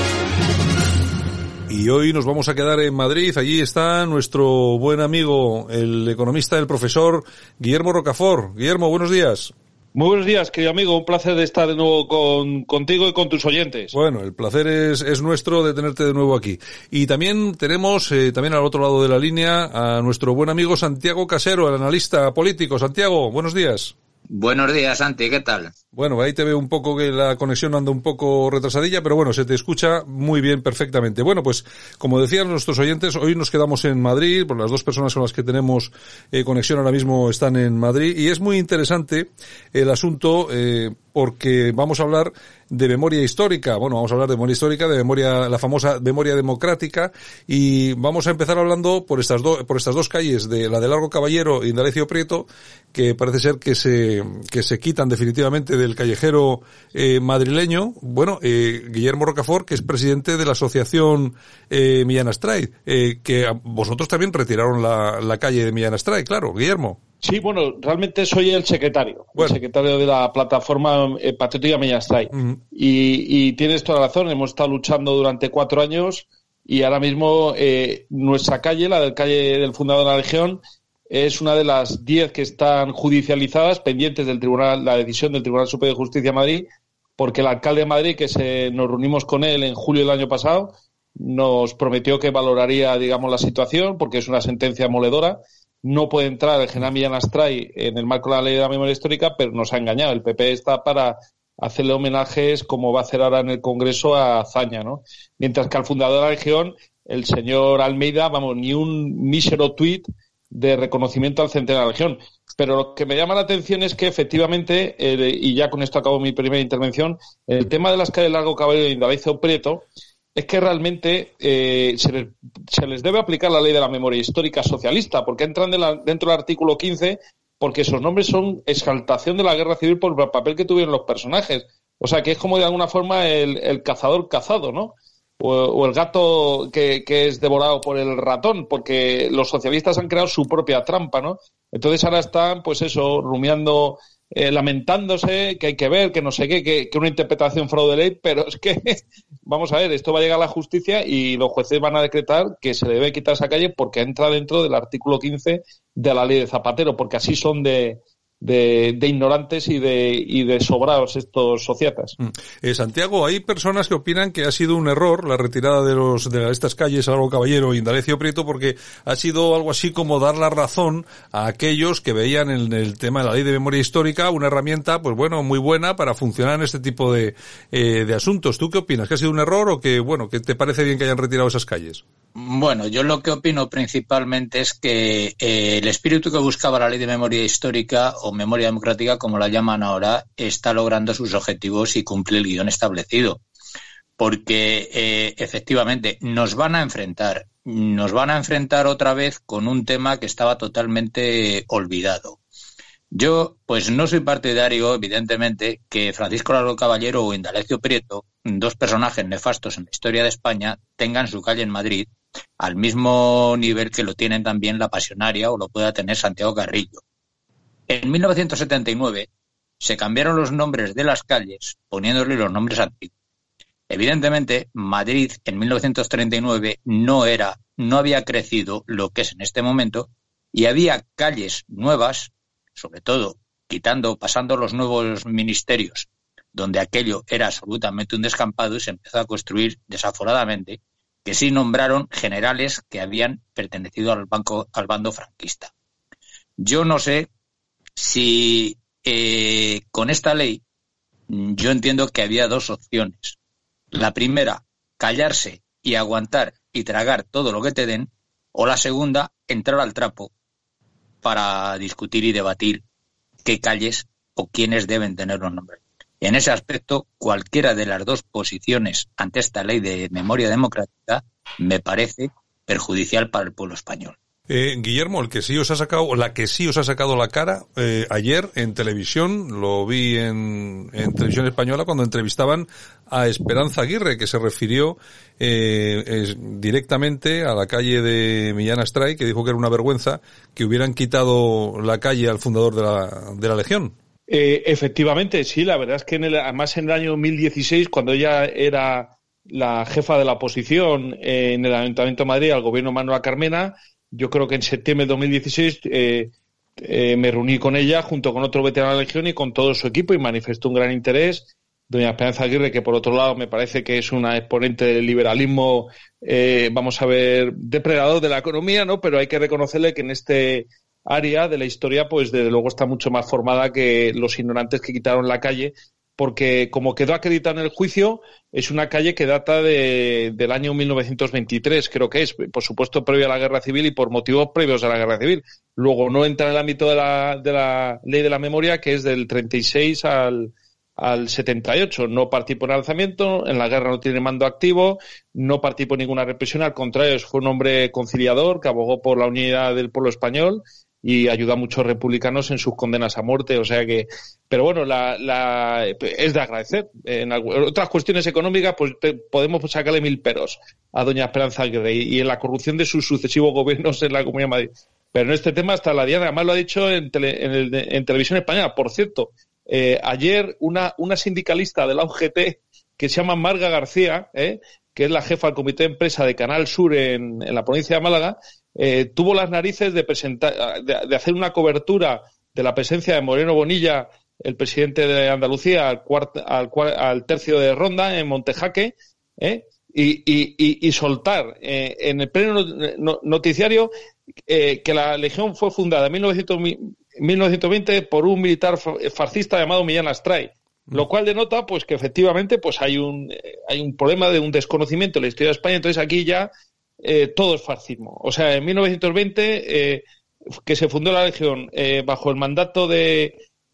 Y hoy nos vamos a quedar en Madrid. Allí está nuestro buen amigo, el economista, el profesor Guillermo Rocafort. Guillermo, buenos días. Muy buenos días, querido amigo. Un placer de estar de nuevo con, contigo y con tus oyentes. Bueno, el placer es, es nuestro de tenerte de nuevo aquí. Y también tenemos, eh, también al otro lado de la línea, a nuestro buen amigo Santiago Casero, el analista político. Santiago, buenos días. Buenos días, Santi, ¿qué tal? Bueno, ahí te veo un poco que la conexión anda un poco retrasadilla, pero bueno, se te escucha muy bien, perfectamente. Bueno, pues, como decían nuestros oyentes, hoy nos quedamos en Madrid, por las dos personas con las que tenemos eh, conexión ahora mismo están en Madrid, y es muy interesante el asunto, eh, porque vamos a hablar de memoria histórica. Bueno, vamos a hablar de memoria histórica, de memoria, la famosa memoria democrática, y vamos a empezar hablando por estas dos, por estas dos calles, de la de Largo Caballero y Indalecio Prieto, que parece ser que se, que se quitan definitivamente del callejero eh, madrileño. Bueno, eh, Guillermo Rocafort, que es presidente de la asociación eh, Millán Astray, eh, que a vosotros también retiraron la, la calle de Millán Astray, claro, Guillermo. Sí, bueno, realmente soy el secretario, Bueno. el secretario de la plataforma eh, Patriótica Millán Astray. Uh-huh. Y, y tienes toda la razón, hemos estado luchando durante cuatro años y ahora mismo eh, nuestra calle, la del calle del Fundador de la Legión, es una de las diez que están judicializadas, pendientes del tribunal, la decisión del Tribunal Superior de Justicia de Madrid, porque el alcalde de Madrid, que se, nos reunimos con él en julio del año pasado, nos prometió que valoraría, digamos, la situación, porque es una sentencia demoledora. No puede entrar el general Millán Astray en el marco de la ley de la memoria histórica, pero nos ha engañado. El P P está para hacerle homenajes como va a hacer ahora en el Congreso a Azaña, ¿no? Mientras que al fundador de la Legión, el señor Almeida, vamos, ni un mísero tuit de reconocimiento al centenario de la Legión. Pero lo que me llama la atención es que efectivamente, eh, y ya con esto acabo mi primera intervención, el tema de las calles Largo Caballero y Indalecio Prieto, es que realmente eh, se, les, se les debe aplicar la ley de la memoria histórica socialista, porque entran de la, dentro del artículo quince, porque esos nombres son exaltación de la guerra civil por el papel que tuvieron los personajes. O sea, que es como de alguna forma el, el cazador cazado, ¿no? O, o el gato que, que es devorado por el ratón, porque los socialistas han creado su propia trampa, ¿no? Entonces ahora están, pues eso, rumiando, eh, lamentándose, que hay que ver, que no sé qué, que, que una interpretación fraude de ley, pero es que, vamos a ver, esto va a llegar a la justicia y los jueces van a decretar que se debe quitar esa calle porque entra dentro del artículo quince de la ley de Zapatero, porque así son de... De, de ignorantes y de y de sobrados estos sociatas. Eh, Santiago, hay personas que opinan que ha sido un error la retirada de los de estas calles Largo Caballero e Indalecio Prieto, porque ha sido algo así como dar la razón a aquellos que veían en el tema de la ley de memoria histórica una herramienta, pues bueno, muy buena para funcionar en este tipo de eh, de asuntos. ¿Tú qué opinas? ¿Que ha sido un error o que, bueno, que te parece bien que hayan retirado esas calles? Bueno, yo lo que opino principalmente es que eh, el espíritu que buscaba la ley de memoria histórica o memoria democrática, como la llaman ahora, está logrando sus objetivos y cumple el guión establecido. Porque eh, efectivamente nos van a enfrentar, nos van a enfrentar otra vez con un tema que estaba totalmente olvidado. Yo, pues no soy partidario, evidentemente, que Francisco Largo Caballero o Indalecio Prieto, dos personajes nefastos en la historia de España, tengan su calle en Madrid al mismo nivel que lo tienen también la Pasionaria o lo pueda tener Santiago Carrillo. En mil novecientos setenta y nueve se cambiaron los nombres de las calles poniéndole los nombres antiguos. Evidentemente, Madrid en mil novecientos treinta y nueve no era, no había crecido lo que es en este momento y había calles nuevas, sobre todo quitando, pasando los nuevos ministerios, donde aquello era absolutamente un descampado y se empezó a construir desaforadamente, que sí nombraron generales que habían pertenecido al, banco, al bando franquista. Yo no sé si eh, con esta ley yo entiendo que había dos opciones. La primera, callarse y aguantar y tragar todo lo que te den, o la segunda, entrar al trapo para discutir y debatir qué calles o quiénes deben tener los nombres. Y en ese aspecto, cualquiera de las dos posiciones ante esta ley de memoria democrática me parece perjudicial para el pueblo español. Eh, Guillermo, el que sí os ha sacado, la que sí os ha sacado la cara eh, ayer en televisión, lo vi en, en televisión española cuando entrevistaban a Esperanza Aguirre, que se refirió eh, es, directamente a la calle de Millán Astray, que dijo que era una vergüenza que hubieran quitado la calle al fundador de la, de la Legión. Eh, efectivamente, sí, la verdad es que en el, además en el año dos mil dieciséis, cuando ella era la jefa de la oposición eh, en el Ayuntamiento de Madrid al gobierno Manuela Carmena, yo creo que en septiembre de dos mil dieciséis eh, eh, me reuní con ella junto con otro veterano de la Legión y con todo su equipo y manifestó un gran interés. Doña Esperanza Aguirre, que por otro lado me parece que es una exponente del liberalismo, eh, vamos a ver, depredador de la economía, ¿no? Pero hay que reconocerle que en este área de la historia, pues desde luego está mucho más formada que los ignorantes que quitaron la calle, porque como quedó acreditado en el juicio, es una calle que data de, del año mil novecientos veintitrés, creo que es, por supuesto previo a la Guerra Civil y por motivos previos a la Guerra Civil. Luego no entra en el ámbito de la, de la ley de la memoria, que es del treinta y seis al, al setenta y ocho. No participó en el alzamiento, en la guerra no tiene mando activo, no participó en ninguna represión, al contrario, fue un hombre conciliador que abogó por la unidad del pueblo español y ayuda a muchos republicanos en sus condenas a muerte, o sea que, pero bueno, la, la es de agradecer. En otras cuestiones económicas, pues podemos sacarle mil peros a doña Esperanza Aguirre y, y en la corrupción de sus sucesivos gobiernos en la Comunidad de Madrid. Pero en este tema hasta la diana, además lo ha dicho en, tele, en, el, en televisión española. Por cierto, eh, ayer una, una sindicalista de la U G T que se llama Marga García, eh, que es la jefa del comité de empresa de Canal Sur en, en la provincia de Málaga, eh, tuvo las narices de presentar, de, de hacer una cobertura de la presencia de Moreno Bonilla, el presidente de Andalucía, al, cuart, al, al tercio de ronda en Montejaque, eh, y, y, y, y soltar eh, en el pleno noticiario eh, que la Legión fue fundada en mil novecientos veinte por un militar fascista llamado Millán Astray. Lo cual denota, pues, que efectivamente, pues, hay un, hay un problema de un desconocimiento de la historia de España. Entonces, aquí ya eh, todo es fascismo. O sea, en mil novecientos veinte, eh, que se fundó la Legión eh, bajo el mandato de,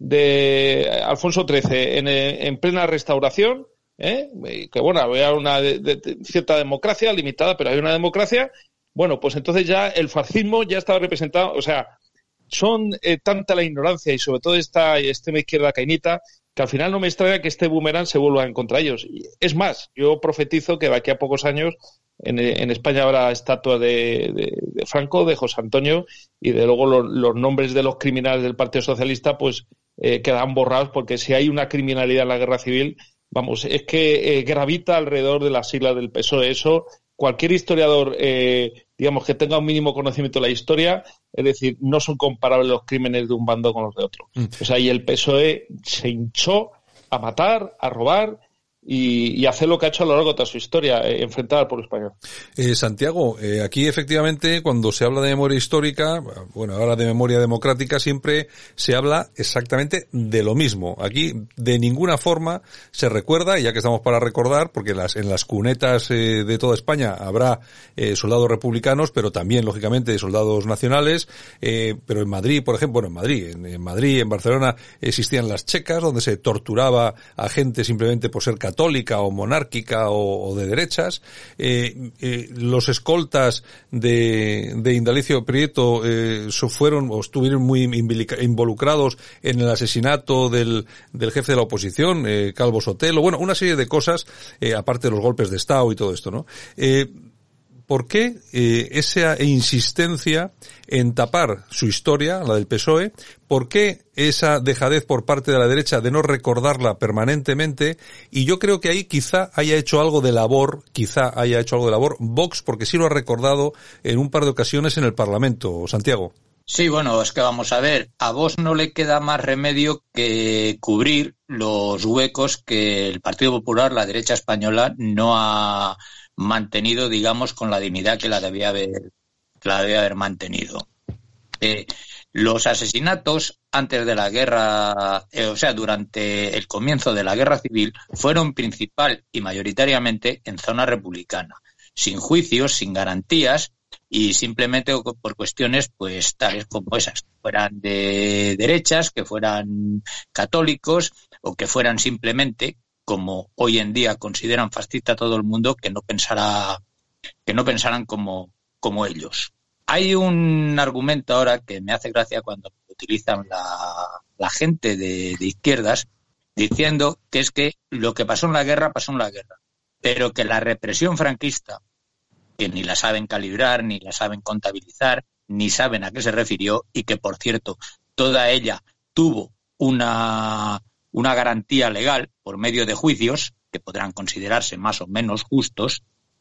de Alfonso trece en, en plena restauración, ¿eh? que bueno, había una de, de, de cierta democracia limitada, pero hay una democracia. Bueno, pues entonces ya el fascismo ya estaba representado. O sea, son eh, tanta la ignorancia y sobre todo esta extrema izquierda cainita, que al final no me extraña que este boomerang se vuelva en contra ellos. Es más, yo profetizo que de aquí a pocos años en, en España habrá estatuas de, de, de Franco, de José Antonio, y de luego los, los nombres de los criminales del Partido Socialista pues eh, quedarán borrados, porque si hay una criminalidad en la guerra civil, vamos, es que eh, gravita alrededor de las siglas del P S O E. Eso, cualquier historiador, eh, digamos, que tenga un mínimo conocimiento de la historia, es decir, no son comparables los crímenes de un bando con los de otro. Mm. O sea, y el P S O E se hinchó a matar, a robar y, y hacer lo que ha hecho a lo largo de toda su historia, eh, enfrentar al pueblo español. Eh, Santiago, eh, aquí efectivamente cuando se habla de memoria histórica, bueno, ahora de memoria democrática, siempre se habla exactamente de lo mismo. Aquí de ninguna forma se recuerda, y ya que estamos para recordar, porque las, en las cunetas eh, de toda España habrá eh, soldados republicanos, pero también, lógicamente, soldados nacionales, eh, pero en Madrid, por ejemplo, bueno, en Madrid, en, en Madrid, en Barcelona, existían las checas, donde se torturaba a gente simplemente por ser católica o monárquica o, o de derechas. Eh, eh, los escoltas de, de Indalecio Prieto eh, fueron o estuvieron muy involucrados en el asesinato del, del jefe de la oposición, eh, Calvo Sotelo. Bueno, una serie de cosas, eh, aparte de los golpes de Estado y todo esto, ¿no? Eh, ¿Por qué eh, esa insistencia en tapar su historia, la del P S O E? ¿Por qué esa dejadez por parte de la derecha de no recordarla permanentemente? Y yo creo que ahí quizá haya hecho algo de labor, quizá haya hecho algo de labor Vox, porque sí lo ha recordado en un par de ocasiones en el Parlamento. Santiago. Sí, bueno, es que vamos a ver, a Vox no le queda más remedio que cubrir los huecos que el Partido Popular, la derecha española, no ha mantenido, digamos, con la dignidad que la debía haber, que la debía haber mantenido. Eh, los asesinatos antes de la guerra, eh, o sea, durante el comienzo de la guerra civil, fueron principal y mayoritariamente en zona republicana, sin juicios, sin garantías y simplemente por cuestiones, pues, tales como esas, que fueran de derechas, que fueran católicos o que fueran simplemente, como hoy en día consideran fascista a todo el mundo, que no pensara, que no pensaran como, como ellos. Hay un argumento ahora que me hace gracia cuando utilizan la, la gente de, de izquierdas, diciendo que es que lo que pasó en la guerra, pasó en la guerra, pero que la represión franquista, que ni la saben calibrar, ni la saben contabilizar, ni saben a qué se refirió, y que, por cierto, toda ella tuvo una... una garantía legal por medio de juicios, que podrán considerarse más o menos justos,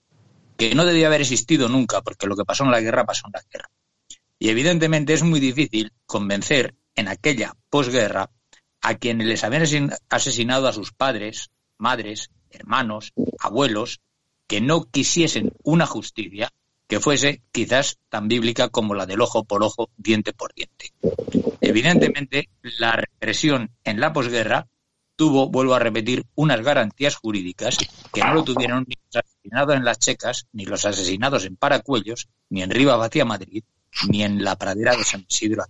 que no debía haber existido nunca, porque lo que pasó en la guerra, pasó en la guerra. Y evidentemente es muy difícil convencer en aquella posguerra a quienes les habían asesinado a sus padres, madres, hermanos, abuelos, que no quisiesen una justicia que fuese quizás tan bíblica como la del ojo por ojo, diente por diente. Evidentemente, la represión en la posguerra tuvo, vuelvo a repetir, unas garantías jurídicas que no lo tuvieron ni los asesinados en las Checas, ni los asesinados en Paracuellos, ni en Rivas Vacía Madrid, ni en la pradera de San Isidro.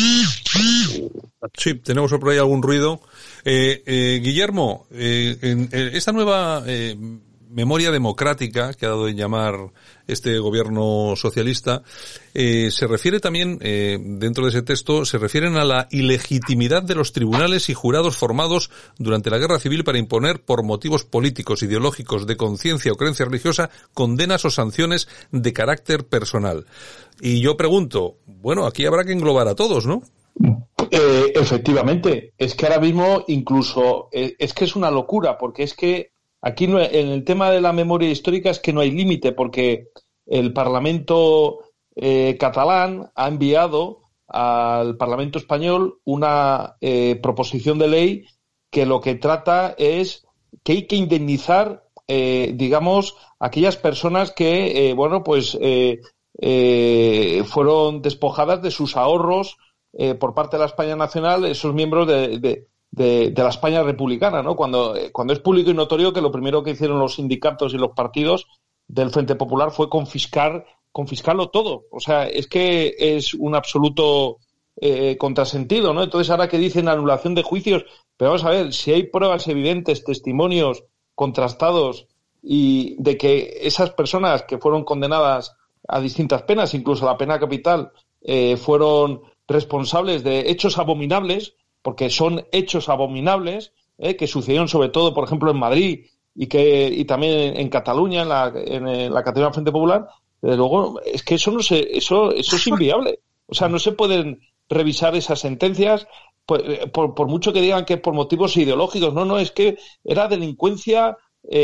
Sí, tenemos por ahí algún ruido. Eh, eh, Guillermo, eh, en, en esta nueva... Eh, memoria democrática que ha dado en llamar este gobierno socialista, eh, se refiere también, eh, dentro de ese texto, se refieren a la ilegitimidad de los tribunales y jurados formados durante la guerra civil para imponer por motivos políticos, ideológicos, de conciencia o creencia religiosa, condenas o sanciones de carácter personal. Y yo pregunto, bueno, aquí habrá que englobar a todos, ¿no? Eh, efectivamente, es que ahora mismo incluso, eh, es que es una locura, porque es que aquí no, en el tema de la memoria histórica es que no hay límite, porque el Parlamento eh, catalán ha enviado al Parlamento español una eh, proposición de ley que lo que trata es que hay que indemnizar, eh, digamos, aquellas personas que, eh, bueno, pues eh, eh, fueron despojadas de sus ahorros eh, por parte de la España nacional, esos miembros de, de de, de la España republicana, ¿no? Cuando, cuando es público y notorio que lo primero que hicieron los sindicatos y los partidos del Frente Popular fue confiscar, confiscarlo todo. O sea, es que es un absoluto eh, contrasentido, ¿no? Entonces, ahora que dicen anulación de juicios, pero vamos a ver, si hay pruebas evidentes, testimonios contrastados y de que esas personas que fueron condenadas a distintas penas, incluso la pena capital, eh, fueron responsables de hechos abominables, porque son hechos abominables, eh, que sucedieron sobre todo, por ejemplo, en Madrid y que y también en Cataluña, en la, en la categoría del Frente Popular. Desde luego, es que eso no se, eso, eso es inviable. O sea, no se pueden revisar esas sentencias por, por, por mucho que digan que por motivos ideológicos. No, no, es que era delincuencia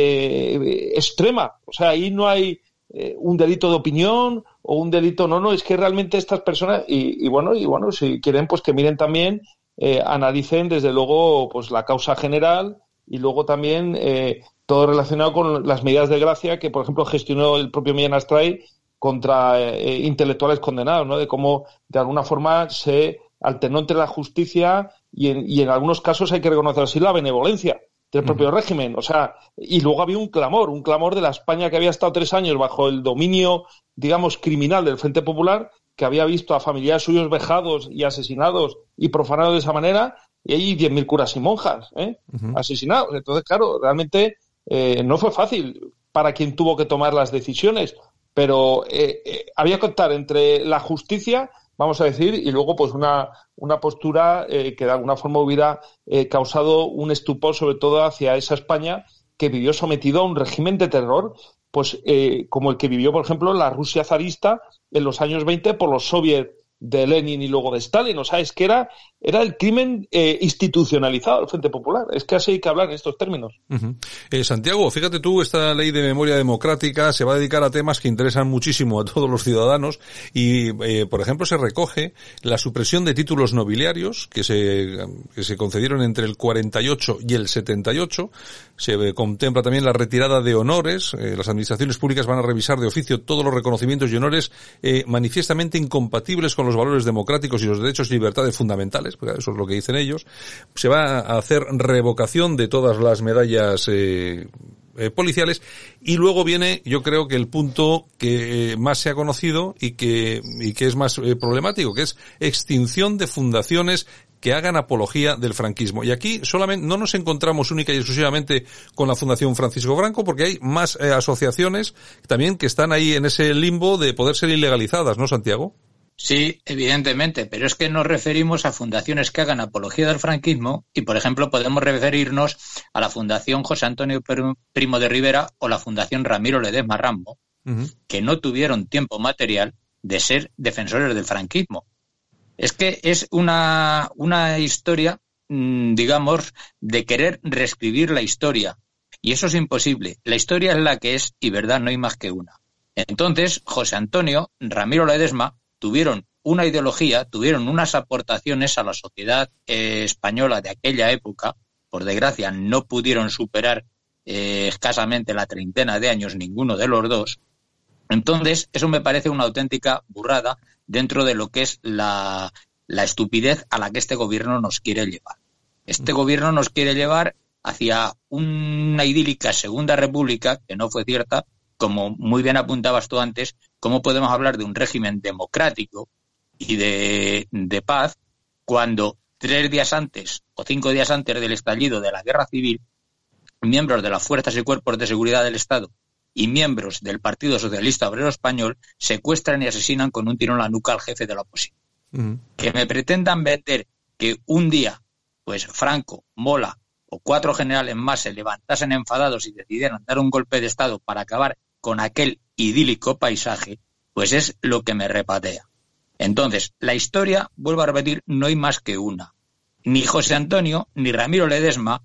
eh, extrema. O sea, ahí no hay eh, un delito de opinión o un delito, no, no, es que realmente estas personas, y, y bueno, y bueno, si quieren, pues que miren también, eh, analicen desde luego pues la causa general y luego también eh, todo relacionado con las medidas de gracia que, por ejemplo, gestionó el propio Millán Astray contra eh, intelectuales condenados, ¿no? De cómo, de alguna forma, se alternó entre la justicia y en, y en algunos casos hay que reconocer así la benevolencia del propio uh-huh. régimen. O sea, y luego había un clamor, un clamor de la España que había estado tres años bajo el dominio, digamos, criminal del Frente Popular, que había visto a familiares suyos vejados y asesinados y profanados de esa manera, y hay diez mil curas y monjas ¿eh? uh-huh. asesinados. Entonces, claro, realmente eh, no fue fácil para quien tuvo que tomar las decisiones, pero eh, eh, había que optar entre la justicia, vamos a decir, y luego pues una, una postura eh, que de alguna forma hubiera eh, causado un estupor, sobre todo hacia esa España que vivió sometido a un régimen de terror, pues eh, como el que vivió, por ejemplo, la Rusia zarista en los años veinte por los soviets de Lenin y luego de Stalin. O sea, es que era, era el crimen eh, institucionalizado del Frente Popular. Es que así hay que hablar en estos términos. Uh-huh. Eh, Santiago, fíjate tú, esta ley de memoria democrática se va a dedicar a temas que interesan muchísimo a todos los ciudadanos y, eh, por ejemplo, se recoge la supresión de títulos nobiliarios que se, que se concedieron entre el cuarenta y ocho y el setenta y ocho. Se eh, contempla también la retirada de honores. Eh, las administraciones públicas van a revisar de oficio todos los reconocimientos y honores eh, manifiestamente incompatibles con los valores democráticos y los derechos y libertades fundamentales, porque eso es lo que dicen ellos. Se va a hacer revocación de todas las medallas eh, eh, policiales y luego viene, yo creo que el punto que eh, más se ha conocido y que y que es más eh, problemático, que es extinción de fundaciones que hagan apología del franquismo. Y aquí solamente no nos encontramos única y exclusivamente con la Fundación Francisco Franco, porque hay más eh, asociaciones también que están ahí en ese limbo de poder ser ilegalizadas, ¿no, Santiago? Sí, evidentemente, pero es que nos referimos a fundaciones que hagan apología del franquismo y, por ejemplo, podemos referirnos a la Fundación José Antonio Primo de Rivera o la Fundación Ramiro Ledesma Rambo, uh-huh. que no tuvieron tiempo material de ser defensores del franquismo. Es que es una, una historia, digamos, de querer reescribir la historia. Y eso es imposible. La historia es la que es y verdad no hay más que una. Entonces, José Antonio Ramiro Ledesma tuvieron una ideología, tuvieron unas aportaciones a la sociedad eh, española de aquella época. Por desgracia, no pudieron superar eh, escasamente la treintena de años ninguno de los dos. Entonces, eso me parece una auténtica burrada dentro de lo que es la, la estupidez a la que este gobierno nos quiere llevar. Este gobierno nos quiere llevar hacia una idílica Segunda República, que no fue cierta. Como muy bien apuntabas tú antes, ¿cómo podemos hablar de un régimen democrático y de, de paz cuando tres días antes o cinco días antes del estallido de la guerra civil, miembros de las fuerzas y cuerpos de seguridad del Estado y miembros del Partido Socialista Obrero Español secuestran y asesinan con un tiro en la nuca al jefe de la oposición? Uh-huh. Que me pretendan vender que un día, pues Franco, Mola o cuatro generales más se levantasen enfadados y decidieran dar un golpe de Estado para acabar con aquel idílico paisaje, pues es lo que me repatea. Entonces, la historia, vuelvo a repetir, no hay más que una. Ni José Antonio, ni Ramiro Ledesma,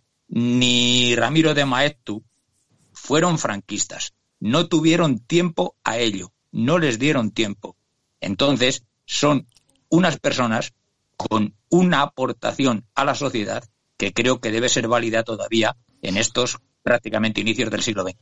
ni Ramiro de Maeztu fueron franquistas. No tuvieron tiempo a ello, no les dieron tiempo. Entonces, son unas personas con una aportación a la sociedad que creo que debe ser válida todavía en estos prácticamente inicios del siglo veintiuno.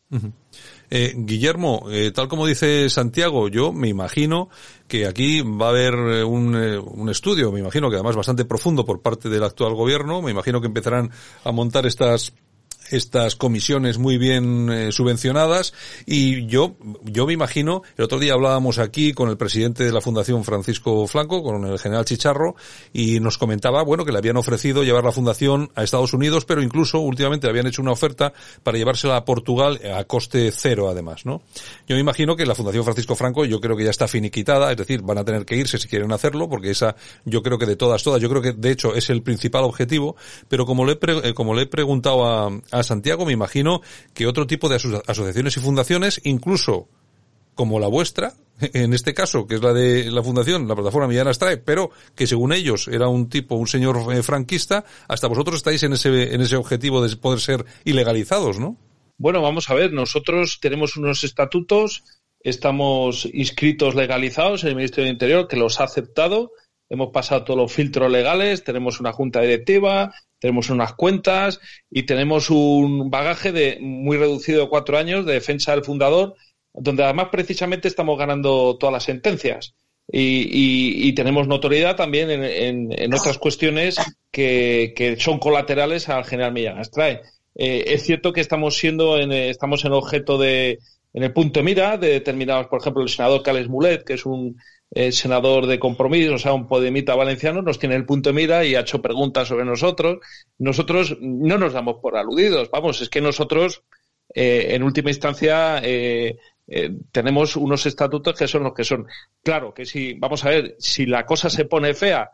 Uh-huh. Eh, Guillermo, eh, tal como dice Santiago, yo me imagino que aquí va a haber un, eh, un estudio, me imagino que además bastante profundo por parte del actual gobierno, me imagino que empezarán a montar estas estas comisiones muy bien eh, subvencionadas, y yo yo me imagino, el otro día hablábamos aquí con el presidente de la Fundación, Francisco Flanco, con el general Chicharro, y nos comentaba, bueno, que le habían ofrecido llevar la fundación a Estados Unidos, pero incluso últimamente le habían hecho una oferta para llevársela a Portugal a coste cero, además, ¿no? Yo me imagino que la Fundación Francisco Franco, yo creo que ya está finiquitada, es decir, van a tener que irse si quieren hacerlo, porque esa, yo creo que de todas, todas, yo creo que de hecho es el principal objetivo, pero como le he, pre, como le he preguntado a a Santiago, me imagino que otro tipo de aso- asociaciones y fundaciones, incluso como la vuestra, en este caso, que es la de la fundación, la plataforma Millán Astray, pero que según ellos era un tipo, un señor eh, franquista, hasta vosotros estáis en ese en ese objetivo de poder ser ilegalizados, ¿no? Bueno, vamos a ver, nosotros tenemos unos estatutos, estamos inscritos legalizados en el Ministerio del Interior, que los ha aceptado, hemos pasado todos los filtros legales, tenemos una junta directiva, tenemos unas cuentas y tenemos un bagaje de muy reducido de cuatro años de defensa del fundador, donde además precisamente estamos ganando todas las sentencias. Y, y, y tenemos notoriedad también en, en, en otras cuestiones que, que son colaterales al general Millán Astray. Eh, es cierto que estamos siendo en, estamos en objeto de, en el punto de mira de determinados, por ejemplo, el senador Carles Mulet, que es un eh, senador de Compromís, o sea, un podemita valenciano, nos tiene el punto de mira y ha hecho preguntas sobre nosotros. Nosotros no nos damos por aludidos, vamos, es que nosotros, eh, en última instancia, eh, eh, tenemos unos estatutos que son los que son. Claro que si, vamos a ver, si la cosa se pone fea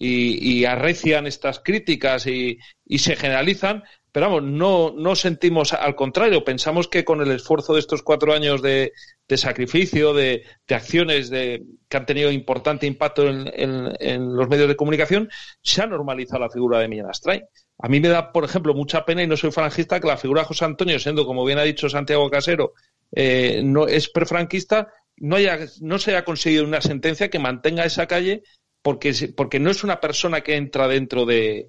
y, y arrecian estas críticas y, y se generalizan, pero vamos, no, no sentimos, al contrario, pensamos que con el esfuerzo de estos cuatro años de, de sacrificio, de, de acciones de, que han tenido importante impacto en, en, en los medios de comunicación, se ha normalizado la figura de Millán Astray. A mí me da, por ejemplo, mucha pena, y no soy falangista, que la figura de José Antonio, siendo, como bien ha dicho Santiago Casero, eh, no es prefranquista, no haya, no se haya conseguido una sentencia que mantenga esa calle, porque, porque no es una persona que entra dentro de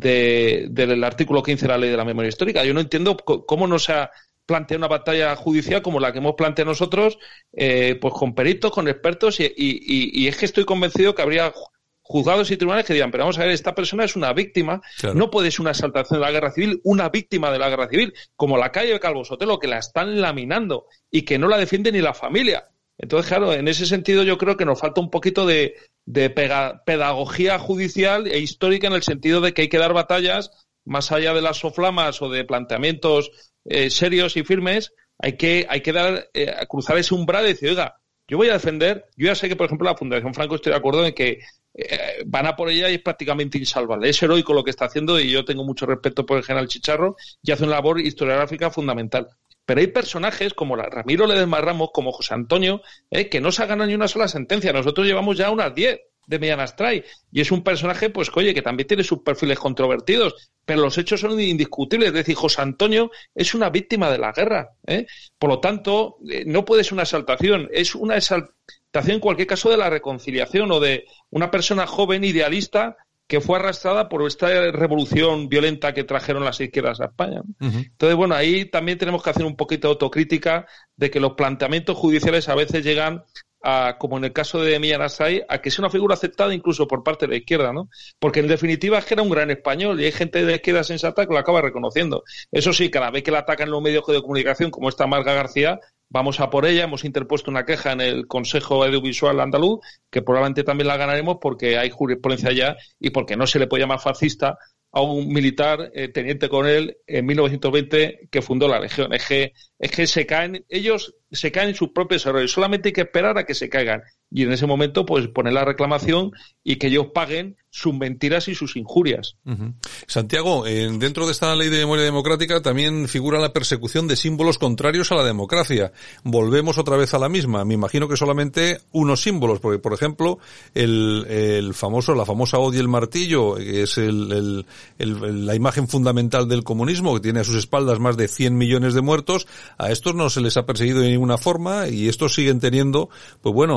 De, del artículo quince de la Ley de la Memoria Histórica. Yo no entiendo cómo no se ha planteado una batalla judicial como la que hemos planteado nosotros, eh, pues con peritos, con expertos, y, y, y es que estoy convencido que habría juzgados y tribunales que digan, pero vamos a ver, esta persona es una víctima, claro. No puede ser una exaltación de la guerra civil, una víctima de la guerra civil, como la calle de Calvo Sotelo, que la están laminando y que no la defiende ni la familia. Entonces, claro, en ese sentido yo creo que nos falta un poquito de, de pega, pedagogía judicial e histórica, en el sentido de que hay que dar batallas más allá de las soflamas o de planteamientos eh, serios y firmes. Hay que hay que dar eh, cruzar ese umbral y decir, oiga, yo voy a defender, yo ya sé que, por ejemplo, la Fundación Franco, estoy de acuerdo en que eh, van a por ella y es prácticamente insalvable. Es heroico lo que está haciendo y yo tengo mucho respeto por el general Chicharro y hace una labor historiográfica fundamental. Pero hay personajes como la Ramiro Ledesma Ramos, como José Antonio, eh, que no se ha ganado ni una sola sentencia. Nosotros llevamos ya unas diez de Millán Astray. Y es un personaje, pues, oye, que también tiene sus perfiles controvertidos. Pero los hechos son indiscutibles. Es decir, José Antonio es una víctima de la guerra. ¿eh? Por lo tanto, eh, no puede ser una exaltación. Es una exaltación, en cualquier caso, de la reconciliación o de una persona joven, idealista, que fue arrastrada por esta revolución violenta que trajeron las izquierdas a España. Uh-huh. Entonces, bueno, ahí también tenemos que hacer un poquito de autocrítica de que los planteamientos judiciales a veces llegan a, como en el caso de Millán Astray, a que sea una figura aceptada incluso por parte de la izquierda, ¿no? Porque en definitiva es que era un gran español y hay gente de la izquierda sensata que lo acaba reconociendo. Eso sí, cada vez que la atacan los medios de comunicación, como esta Marga García, vamos a por ella. Hemos interpuesto una queja en el Consejo Audiovisual Andaluz, que probablemente también la ganaremos porque hay jurisprudencia ya y porque no se le puede llamar fascista a un militar, eh, teniente coronel, en mil novecientos veinte, que fundó la Legión. Es que, es que se caen, ellos se caen en sus propios errores. Solamente hay que esperar a que se caigan. Y en ese momento, pues, poner la reclamación y que ellos paguen sus mentiras y sus injurias. Uh-huh. Santiago, eh, dentro de esta ley de memoria democrática también figura la persecución de símbolos contrarios a la democracia. Volvemos otra vez a la misma. Me imagino que solamente unos símbolos, porque, por ejemplo, el, el famoso, la famosa hoz y el martillo, que es el, el, el, la imagen fundamental del comunismo, que tiene a sus espaldas más de cien millones de muertos, a estos no se les ha perseguido de ninguna forma y estos siguen teniendo, pues bueno, eh,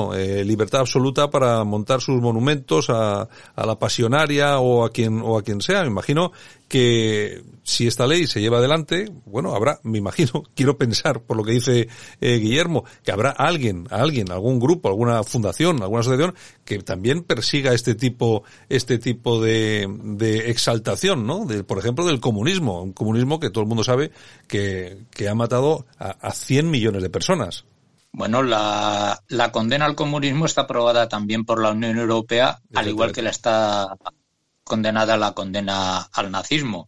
eh, libertad absoluta para montar sus monumentos a, a la pasionaria o a quien o a quien sea. Me imagino que si esta ley se lleva adelante, bueno, habrá, me imagino, quiero pensar por lo que dice eh, Guillermo, que habrá alguien, alguien, algún grupo, alguna fundación, alguna asociación que también persiga este tipo, este tipo de, de exaltación, ¿no? De, por ejemplo, del comunismo, un comunismo que todo el mundo sabe que, que ha matado a, a cien millones de personas. Bueno, la, la condena al comunismo está aprobada también por la Unión Europea, al igual que la está condenada la condena al nazismo.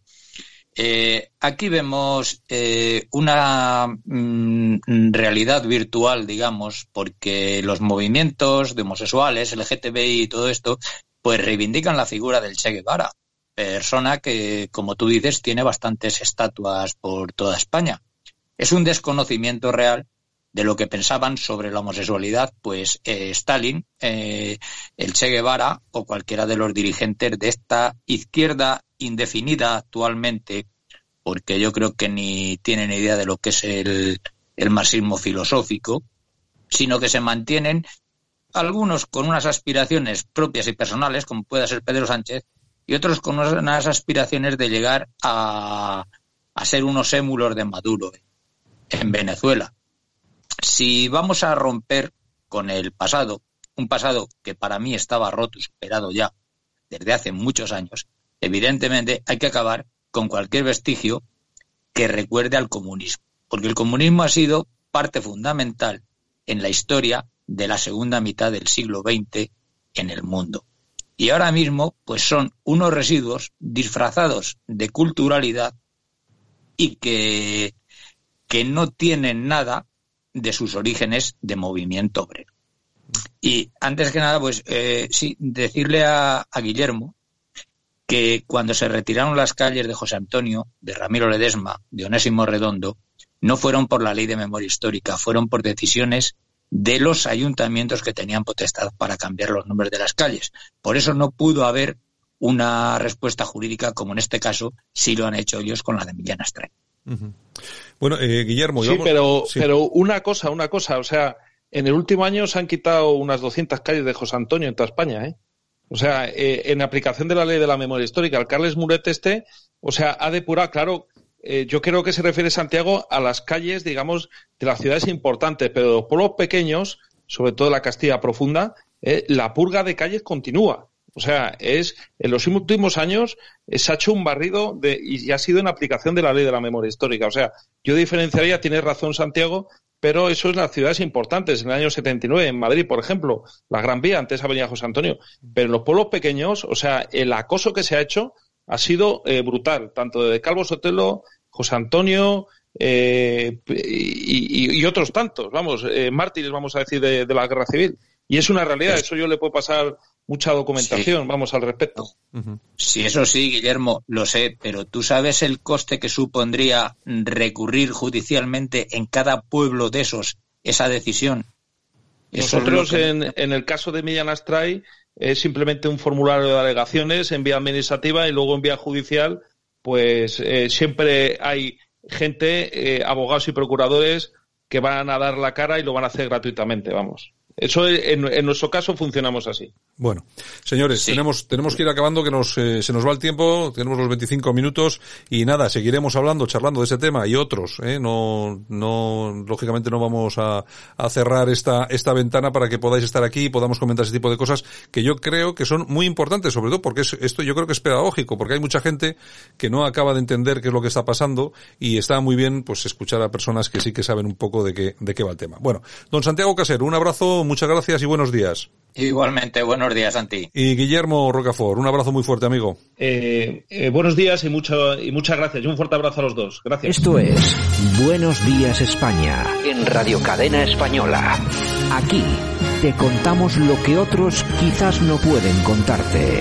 Eh, aquí vemos eh, una mm, realidad virtual, digamos, porque los movimientos de homosexuales, L G T B I y todo esto, pues reivindican la figura del Che Guevara, persona que, como tú dices, tiene bastantes estatuas por toda España. Es un desconocimiento real de lo que pensaban sobre la homosexualidad, pues eh, Stalin, eh, el Che Guevara o cualquiera de los dirigentes de esta izquierda indefinida actualmente, porque yo creo que ni tienen idea de lo que es el, el marxismo filosófico, sino que se mantienen algunos con unas aspiraciones propias y personales, como pueda ser Pedro Sánchez, y otros con unas aspiraciones de llegar a, a ser unos émulos de Maduro en Venezuela. Si vamos a romper con el pasado, un pasado que para mí estaba roto y superado ya desde hace muchos años, evidentemente hay que acabar con cualquier vestigio que recuerde al comunismo, porque el comunismo ha sido parte fundamental en la historia de la segunda mitad del siglo veinte en el mundo. Y ahora mismo, pues son unos residuos disfrazados de culturalidad y que, que no tienen nada de sus orígenes de movimiento obrero. Y antes que nada, pues eh, sí, decirle a, a Guillermo que cuando se retiraron las calles de José Antonio, de Ramiro Ledesma, de Onésimo Redondo, no fueron por la ley de memoria histórica, fueron por decisiones de los ayuntamientos que tenían potestad para cambiar los nombres de las calles. Por eso no pudo haber una respuesta jurídica como en este caso sí lo han hecho ellos con la de Millán Astray. Uh-huh. Bueno, eh, Guillermo... Sí, vamos... pero, sí, pero una cosa, una cosa, o sea, en el último año se han quitado unas doscientas calles de José Antonio en toda España, ¿eh? O sea, eh, en aplicación de la ley de la memoria histórica, el Carles Muret este, o sea, ha depurado, claro, eh, yo creo que se refiere Santiago a las calles, digamos, de las ciudades importantes, pero de los pueblos pequeños, sobre todo la Castilla profunda, eh, la purga de calles continúa. O sea, es en los últimos años eh, se ha hecho un barrido de, y ha sido en aplicación de la ley de la memoria histórica. O sea, yo diferenciaría, tienes razón Santiago, pero eso es en las ciudades importantes. En el año setenta y nueve, en Madrid, por ejemplo, la Gran Vía, antes Avenida José Antonio. Pero en los pueblos pequeños, o sea, el acoso que se ha hecho ha sido eh, brutal, tanto de Calvo Sotelo, José Antonio eh, y, y, y otros tantos, vamos, eh, mártires, vamos a decir, de, de la Guerra Civil. Y es una realidad, eso yo le puedo pasar mucha documentación, sí, vamos, al respecto. Uh-huh. Sí, eso sí, Guillermo, lo sé, pero ¿tú sabes el coste que supondría recurrir judicialmente en cada pueblo de esos esa decisión? Eso Nosotros, es que... en, en el caso de Millán Astray, es simplemente un formulario de alegaciones en vía administrativa y luego en vía judicial, pues eh, siempre hay gente, eh, abogados y procuradores, que van a dar la cara y lo van a hacer gratuitamente, vamos. Eso en, en nuestro caso funcionamos así. Bueno, señores, sí. tenemos tenemos que ir acabando, que nos eh, se nos va el tiempo, tenemos los veinticinco minutos y nada, seguiremos hablando, charlando de ese tema y otros, eh, no no lógicamente no vamos a, a cerrar esta esta ventana para que podáis estar aquí y podamos comentar ese tipo de cosas que yo creo que son muy importantes, sobre todo porque es, esto yo creo que es pedagógico, porque hay mucha gente que no acaba de entender qué es lo que está pasando y está muy bien pues escuchar a personas que sí que saben un poco de qué de qué va el tema. Bueno, don Santiago Casero, un abrazo, muchas gracias y buenos días. Igualmente, buenos días, Santi. Y Guillermo Rocafort, un abrazo muy fuerte, amigo. Eh, eh, buenos días y, mucho, y muchas gracias. Y un fuerte abrazo a los dos. Gracias. Esto es Buenos Días España, en Radio Cadena Española. Aquí te contamos lo que otros quizás no pueden contarte.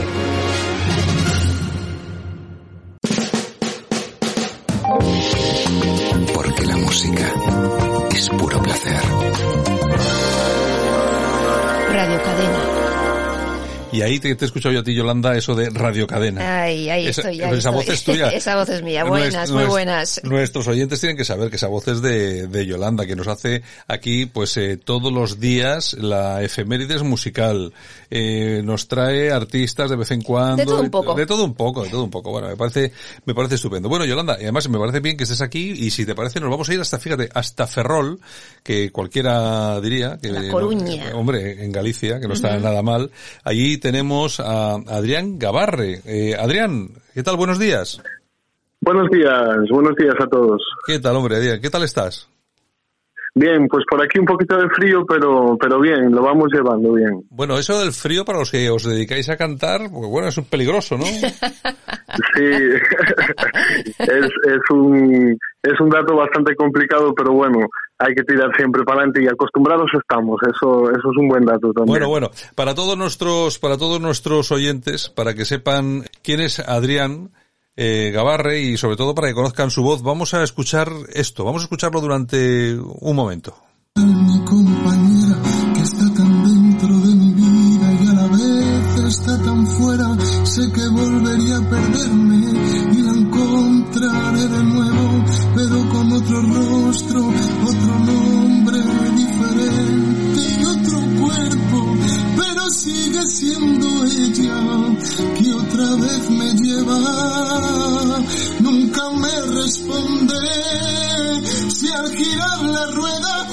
Porque la música es puro placer. Radio Cadena. Y ahí te, te he escuchado yo a ti, Yolanda, eso de radiocadena. Ay, ahí esa, estoy, ahí esa estoy. voz es tuya. Esa voz es mía. Buenas, Nuest, muy nuest, buenas. Nuestros oyentes tienen que saber que esa voz es de, de Yolanda, que nos hace aquí, pues, eh, todos los días la efemérides musical. Eh, nos trae artistas de vez en cuando. De todo un poco. De todo un poco, de todo un poco. Bueno, me parece, me parece estupendo. Bueno, Yolanda, y además me parece bien que estés aquí, y si te parece nos vamos a ir hasta, fíjate, hasta Ferrol, que cualquiera diría que, La Coruña. No, hombre, en Galicia, que no está uh-huh. nada mal. Allí tenemos a Adrián Gabarre. Eh, Adrián, ¿qué tal? Buenos días. Buenos días, buenos días a todos. ¿Qué tal, hombre, Adrián? ¿Qué tal estás? Bien, pues por aquí un poquito de frío, pero pero bien, lo vamos llevando bien. Bueno, eso del frío para los que os dedicáis a cantar, porque bueno, es un peligroso, ¿no? Sí, es, es un es un dato bastante complicado, pero bueno, hay que tirar siempre para adelante y acostumbrados estamos, eso eso es un buen dato también. Bueno, bueno, para todos nuestros para todos nuestros oyentes, para que sepan quién es Adrián Eh, Gabarre y sobre todo para que conozcan su voz, vamos a escuchar esto, vamos a escucharlo durante un momento. Mi compañera que está tan dentro de mi vida y a la vez está tan fuera, sé que volvería a perderme y la encontraré de nuevo, pero con otro rostro, otro nombre diferente y otro cuerpo, pero sigue siendo ella que otra vez me lleva. Nunca me responde si al girar la rueda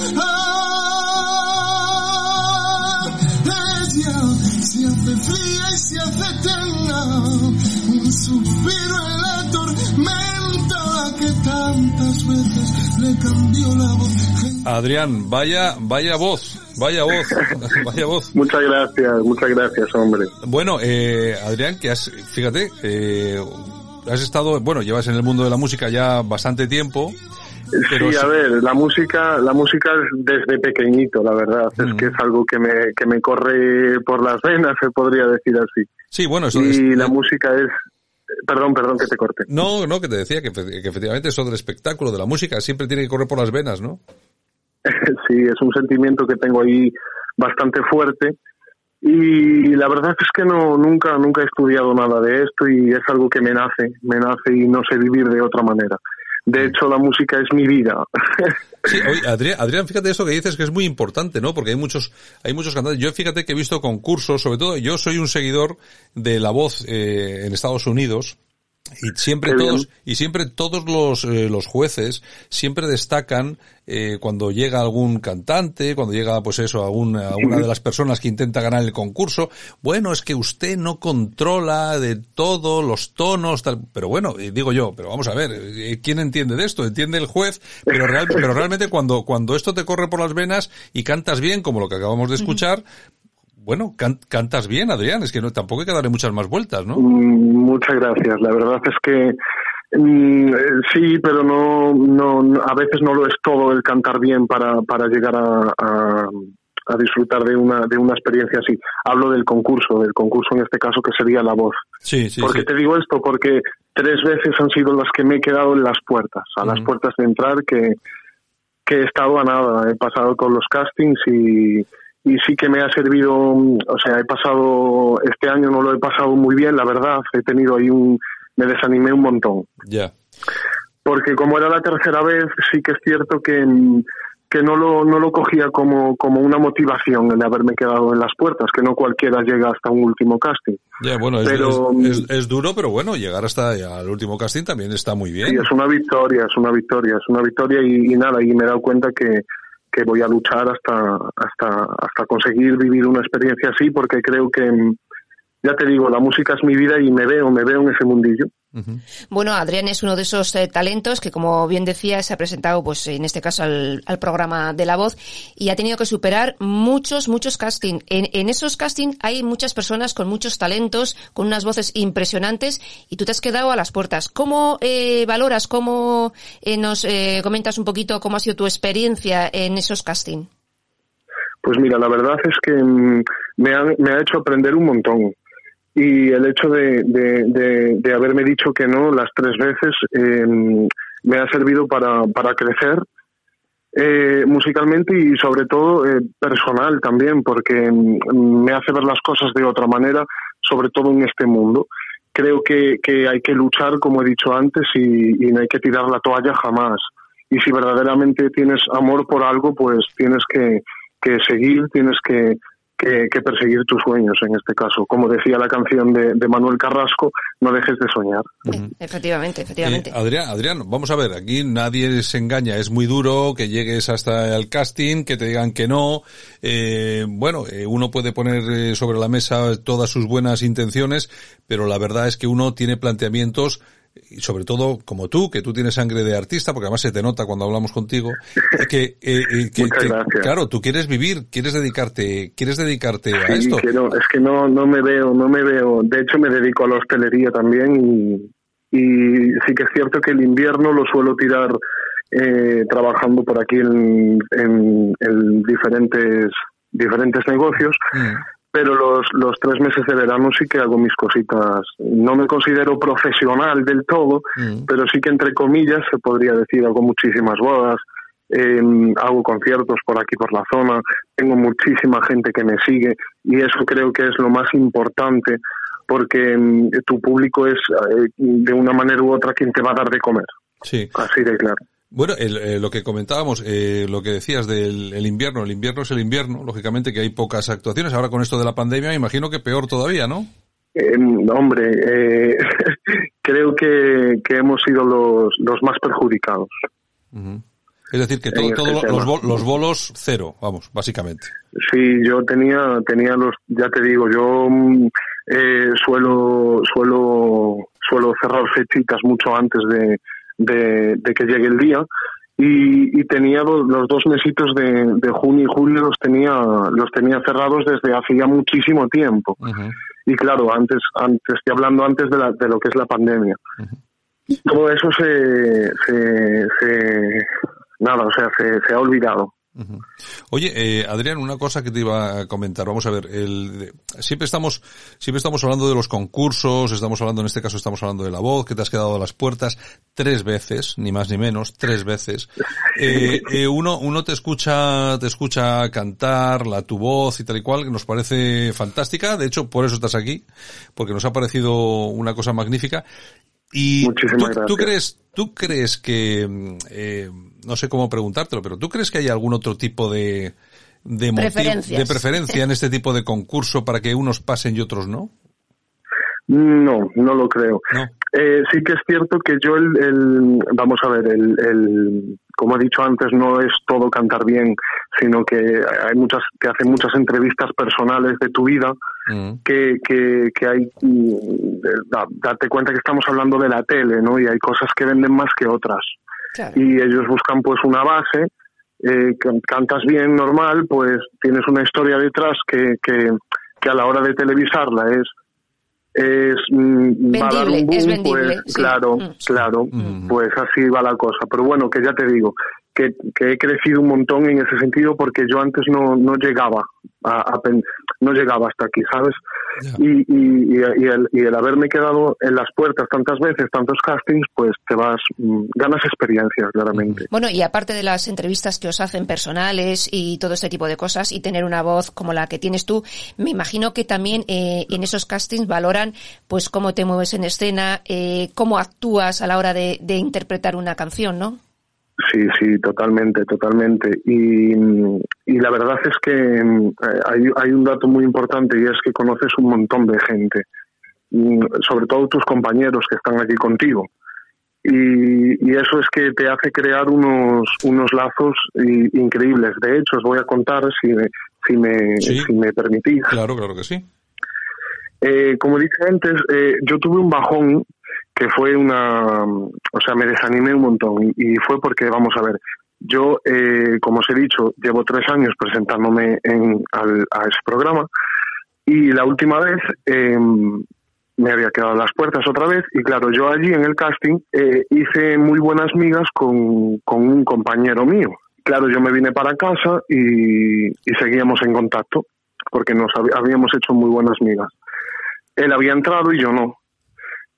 ah, ella se hace fría y se hace eterna, un suspiro en la tormenta que tantas veces le cambió la voz. Adrián, vaya, vaya voz, vaya voz, vaya voz. Muchas gracias, muchas gracias, hombre. Bueno, eh, Adrián, que has, fíjate, eh, has estado, bueno, llevas en el mundo de la música ya bastante tiempo. Pero sí, a ver, la música, la música es desde pequeñito, la verdad, mm. es que es algo que me, que me corre por las venas, se podría decir así. Sí, bueno, eso y es. Y la música es, perdón, perdón que te corte. No, no, que te decía que, que efectivamente eso del espectáculo, de la música, siempre tiene que correr por las venas, ¿no? Sí, es un sentimiento que tengo ahí bastante fuerte. Y la verdad es que no nunca nunca he estudiado nada de esto y es algo que me nace, me nace y no sé vivir de otra manera. De hecho, la música es mi vida. Sí, oye, Adrián, Adrián, fíjate eso que dices que es muy importante, ¿no? Porque hay muchos hay muchos cantantes. Yo fíjate que he visto concursos, sobre todo yo soy un seguidor de La Voz eh, en Estados Unidos. Y siempre Qué todos bien. y siempre todos los eh, los jueces siempre destacan eh, cuando llega algún cantante, cuando llega pues eso, algún, alguna de las personas que intenta ganar el concurso. Bueno, es que usted no controla de todo los tonos, tal, pero bueno, digo yo, pero vamos a ver, ¿quién entiende de esto? Entiende el juez, pero real, pero realmente cuando cuando esto te corre por las venas y cantas bien, como lo que acabamos de escuchar. Bueno, can, cantas bien, Adrián, es que no, tampoco hay que darle muchas más vueltas, ¿no? Mm, muchas gracias, la verdad es que mm, sí, pero no, no, a veces no lo es todo el cantar bien para, para llegar a, a, a disfrutar de una, de una experiencia así. Hablo del concurso, del concurso en este caso que sería La Voz. Sí, sí, ¿Por qué sí. te digo esto? Porque tres veces han sido las que me he quedado en las puertas, a uh-huh. las puertas de entrar, que, que he estado a nada, he pasado con los castings y... Y sí que me ha servido, o sea, he pasado, este año no lo he pasado muy bien, la verdad, he tenido ahí un, me desanimé un montón. Ya. Yeah. Porque como era la tercera vez, sí que es cierto que, que no lo, no lo cogía como, como una motivación el haberme quedado en las puertas, que no cualquiera llega hasta un último casting. Ya, yeah, bueno, es, pero, es, es, es duro, pero bueno, llegar hasta el último casting también está muy bien. Sí, es una victoria, es una victoria, es una victoria y, y nada, y me he dado cuenta que que voy a luchar hasta hasta hasta conseguir vivir una experiencia así, porque creo que, ya te digo, la música es mi vida y me veo, me veo en ese mundillo. Uh-huh. Bueno, Adrián es uno de esos eh, talentos que, como bien decía, se ha presentado, pues en este caso al, al programa de La Voz y ha tenido que superar muchos, muchos castings. En, en esos castings hay muchas personas con muchos talentos, con unas voces impresionantes y tú te has quedado a las puertas. ¿Cómo eh, valoras, cómo eh, nos eh, comentas un poquito cómo ha sido tu experiencia en esos castings? Pues mira, la verdad es que me ha, me ha hecho aprender un montón. Y el hecho de, de, de, de haberme dicho que no las tres veces eh, me ha servido para, para crecer eh, musicalmente y sobre todo eh, personal también, porque me hace ver las cosas de otra manera, sobre todo en este mundo. Creo que, que hay que luchar, como he dicho antes, y, y no hay que tirar la toalla jamás. Y si verdaderamente tienes amor por algo, pues tienes que, que seguir, tienes que, que, que perseguir tus sueños, en este caso. Como decía la canción de, de Manuel Carrasco, no dejes de soñar. Uh-huh. Efectivamente, efectivamente. Eh, Adrián, Adrián, vamos a ver, aquí nadie se engaña, es muy duro que llegues hasta el casting, que te digan que no. Eh, bueno, eh, uno puede poner eh, sobre la mesa todas sus buenas intenciones, pero la verdad es que uno tiene planteamientos, y sobre todo como tú, que tú tienes sangre de artista, porque además se te nota cuando hablamos contigo, que, eh, eh, que, que claro, tú quieres vivir, quieres dedicarte, quieres dedicarte sí, a esto. Quiero, es que no, no me veo, no me veo. De hecho, me dedico a la hostelería también y, y sí que es cierto que el invierno lo suelo tirar eh, trabajando por aquí en, en, en diferentes, diferentes negocios. Mm. Pero los, los tres meses de verano sí que hago mis cositas. No me considero profesional del todo, mm. pero sí que entre comillas se podría decir, hago muchísimas bodas, eh, hago conciertos por aquí por la zona, tengo muchísima gente que me sigue y eso creo que es lo más importante porque eh, tu público es eh, de una manera u otra quien te va a dar de comer. Sí. Así de claro. Bueno, el, eh, lo que comentábamos, eh, lo que decías del el invierno, el invierno es el invierno, lógicamente que hay pocas actuaciones, ahora con esto de la pandemia me imagino que peor todavía, ¿no? Eh, hombre, eh, creo que, que hemos sido los, los más perjudicados. Uh-huh. Es decir, que todo, todo este los, bol, los bolos cero, vamos, básicamente. Sí, yo tenía, tenía los, ya te digo, yo eh, suelo, suelo, suelo cerrar fechitas mucho antes de De, de que llegue el día y, y tenía los, los dos mesitos de, de junio y julio los tenía los tenía cerrados desde hacía muchísimo tiempo. Uh-huh. Y claro, antes antes estoy hablando antes de, la, de lo que es la pandemia. Uh-huh. Todo eso se, se, se nada, o sea, se, se ha olvidado. Uh-huh. Oye, eh, Adrián, una cosa que te iba a comentar. Vamos a ver, el, siempre estamos, siempre estamos hablando de los concursos, estamos hablando, en este caso estamos hablando de La Voz, que te has quedado a las puertas tres veces, ni más ni menos, tres veces. Eh, eh, uno, uno te escucha, te escucha cantar, la tu voz y tal y cual, que nos parece fantástica. De hecho, por eso estás aquí, porque nos ha parecido una cosa magnífica. Y Muchísimas tú, gracias. tú crees, tú crees que, eh, no sé cómo preguntártelo, pero ¿tú crees que hay algún otro tipo de, de motivo, de preferencia en este tipo de concurso para que unos pasen y otros no? No, no lo creo. ¿No? Eh, sí que es cierto que yo el, el vamos a ver, el, el, como he dicho antes, no es todo cantar bien, sino que hay muchas, que hacen muchas entrevistas personales de tu vida, mm. que, que, que hay, da, date cuenta que estamos hablando de la tele, ¿no? Y hay cosas que venden más que otras. Claro. Y ellos buscan pues una base, eh, cantas bien, normal, pues tienes una historia detrás que, que, que a la hora de televisarla es es vendible, va a dar un boom, es vendible, pues sí. claro, mm. claro, mm. pues así va la cosa. Pero bueno, que ya te digo, que, que he crecido un montón en ese sentido porque yo antes no, no llegaba a, a no llegaba hasta aquí, ¿sabes? Yeah. Y, y, y, el, y el haberme quedado en las puertas tantas veces, tantos castings, pues te vas, ganas experiencia, claramente. Bueno, y aparte de las entrevistas que os hacen personales y todo este tipo de cosas, y tener una voz como la que tienes tú, me imagino que también eh, en esos castings valoran pues cómo te mueves en escena, eh, cómo actúas a la hora de, de interpretar una canción, ¿no? Sí, sí, totalmente, totalmente. Y, y la verdad es que hay, hay un dato muy importante y es que conoces un montón de gente, sobre todo tus compañeros que están aquí contigo. Y, y eso es que te hace crear unos unos lazos y, increíbles. De hecho, os voy a contar, si me, si me, sí. si me permitís. Claro, claro que sí. Eh, como dije antes, eh, yo tuve un bajón que fue una, o sea, me desanimé un montón y, y fue porque, vamos a ver, yo, eh, como os he dicho, llevo tres años presentándome en, al, a ese programa y la última vez eh, me había quedado a las puertas otra vez y claro, yo allí en el casting eh, hice muy buenas migas con, con un compañero mío. Claro, yo me vine para casa y, y seguíamos en contacto porque nos hab- habíamos hecho muy buenas migas. Él había entrado y yo no. Y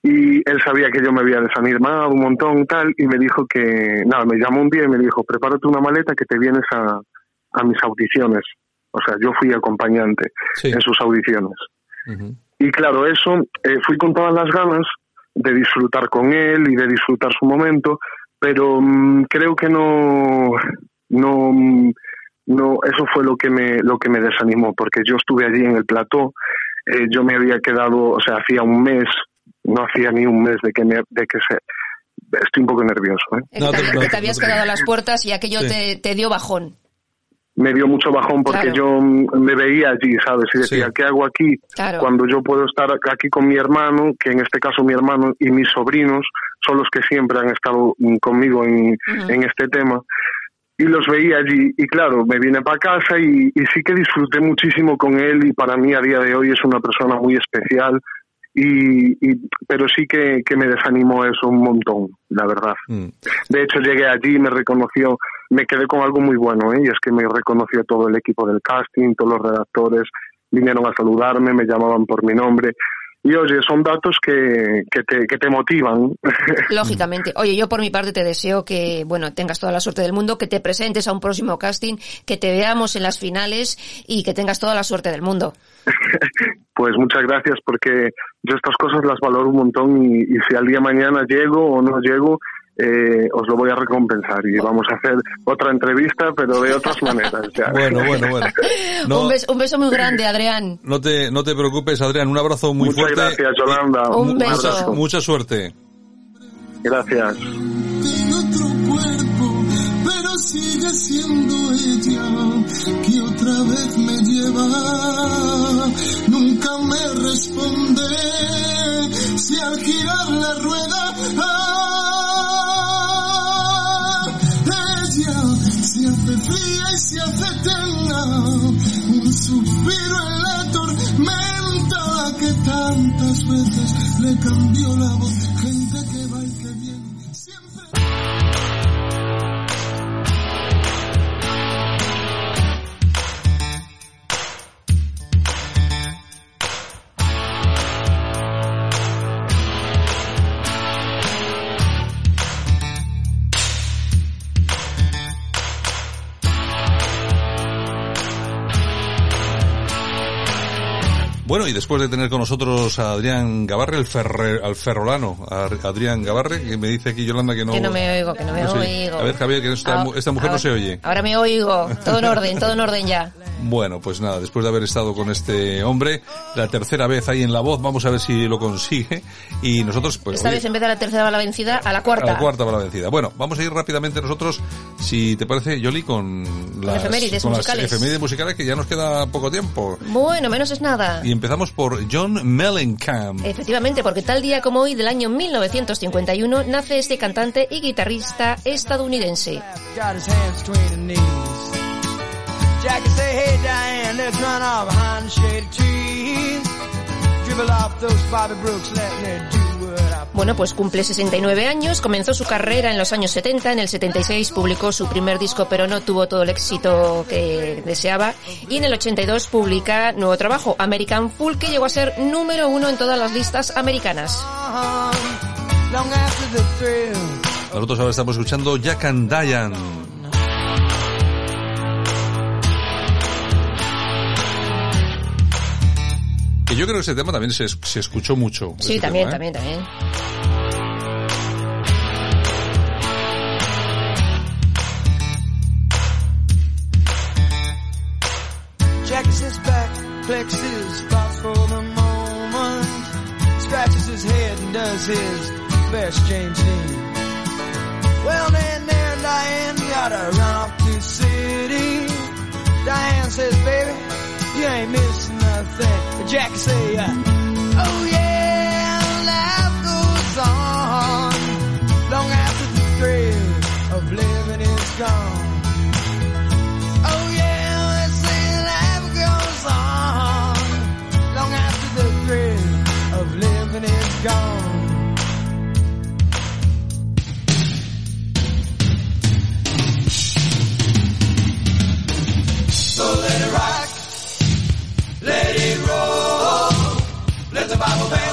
él sabía que yo me había desanimado un montón tal, y me dijo que, nada, me llamó un día y me dijo, prepárate una maleta que te vienes a, a mis audiciones. O sea, yo fui acompañante sí. en sus audiciones. Uh-huh. Y claro, eso, eh, fui con todas las ganas de disfrutar con él y de disfrutar su momento, pero mmm, creo que no, no, no, eso fue lo que me, lo que me desanimó, porque yo estuve allí en el plató, eh, yo me había quedado, o sea, hacía un mes, no hacía ni un mes de que me, de que se, estoy un poco nervioso, ¿eh? Es que, te, no, que te habías no, quedado a las puertas y aquello sí. te, te dio bajón. Me dio mucho bajón porque claro. yo me veía allí, ¿sabes? Y decía, sí. ¿qué hago aquí? Claro. Cuando yo puedo estar aquí con mi hermano, que en este caso mi hermano y mis sobrinos son los que siempre han estado conmigo en, uh-huh. en este tema. Y los veía allí. Y claro, me vine para casa y, y sí que disfruté muchísimo con él, y para mí a día de hoy es una persona muy especial. Y, y pero sí que, que me desanimó eso un montón, la verdad. Mm. De hecho, llegué allí y me reconoció, me quedé con algo muy bueno, ¿eh? Y es que me reconoció todo el equipo del casting, todos los redactores vinieron a saludarme, me llamaban por mi nombre. Y oye, son datos que, que, te, que te motivan. Lógicamente. Oye, yo por mi parte te deseo que, bueno, tengas toda la suerte del mundo, que te presentes a un próximo casting, que te veamos en las finales y que tengas toda la suerte del mundo. Pues muchas gracias, porque yo estas cosas las valoro un montón y, y si al día de mañana llego o no llego, eh, os lo voy a recompensar y vamos a hacer otra entrevista, pero de otras maneras. Ya. Bueno, bueno, bueno. No, un, beso, un beso muy grande, Adrián. No te, no te preocupes, Adrián. Un abrazo muy muchas fuerte. Muchas gracias, Yolanda. Un, un beso. Mucha, mucha suerte. Gracias. Pero sigue siendo ella que otra vez me lleva. Nunca me responde si al girar la rueda ah, ella se hace fría y se hace eterna. Un suspiro en la tormenta que tantas veces le cambió la voz. Gente que va y que viene siempre. Bueno, y después de tener con nosotros a Adrián Gabarre, el ferre, al ferrolano, a Adrián Gabarre, que me dice aquí Yolanda que no... Que no me oigo, que no me no oigo. A ver, Javier, que esta, ah, esta mujer ahora, no se oye. Ahora me oigo, todo en orden, todo en orden ya. Bueno, pues nada, después de haber estado con este hombre, la tercera vez ahí en La Voz, vamos a ver si lo consigue. Y nosotros, pues... Esta oye, vez en vez de la tercera va la vencida, a la cuarta. A la cuarta va la vencida. Bueno, vamos a ir rápidamente nosotros, si te parece, Yoli, con las, efemérides con musicales. las efemérides musicales, que ya nos queda poco tiempo. Bueno, menos es nada. Y empezamos por John Mellencamp. Efectivamente, porque tal día como hoy del año mil novecientos cincuenta y uno nace este cantante y guitarrista estadounidense. Jackie say, hey Diane, let's run off behind the shady trees. Dribble off those Bobby Brooks, let me do what I... Bueno, pues cumple sesenta y nueve años, comenzó su carrera en los años setenta, en el setenta y seis publicó su primer disco, pero no tuvo todo el éxito que deseaba, y en el ochenta y dos publica nuevo trabajo, American Fool, que llegó a ser número uno en todas las listas americanas. Nosotros ahora estamos escuchando Jack and Diane. Que yo creo que ese tema también se, se escuchó mucho. Sí, también, tema, ¿eh? también, también. Checks his back, flexes thoughts for the moment, scratches his head and does his best James Dean. Well, then there, Diane, you gotta run off to the city. Diane says, baby, you ain't missing nothing. Jackie say, uh, oh yeah, life goes on long after the thrill of living is gone. Oh yeah, they say life goes on long after the thrill of living is gone. So let it rock. Let it roll, let the Bible bang.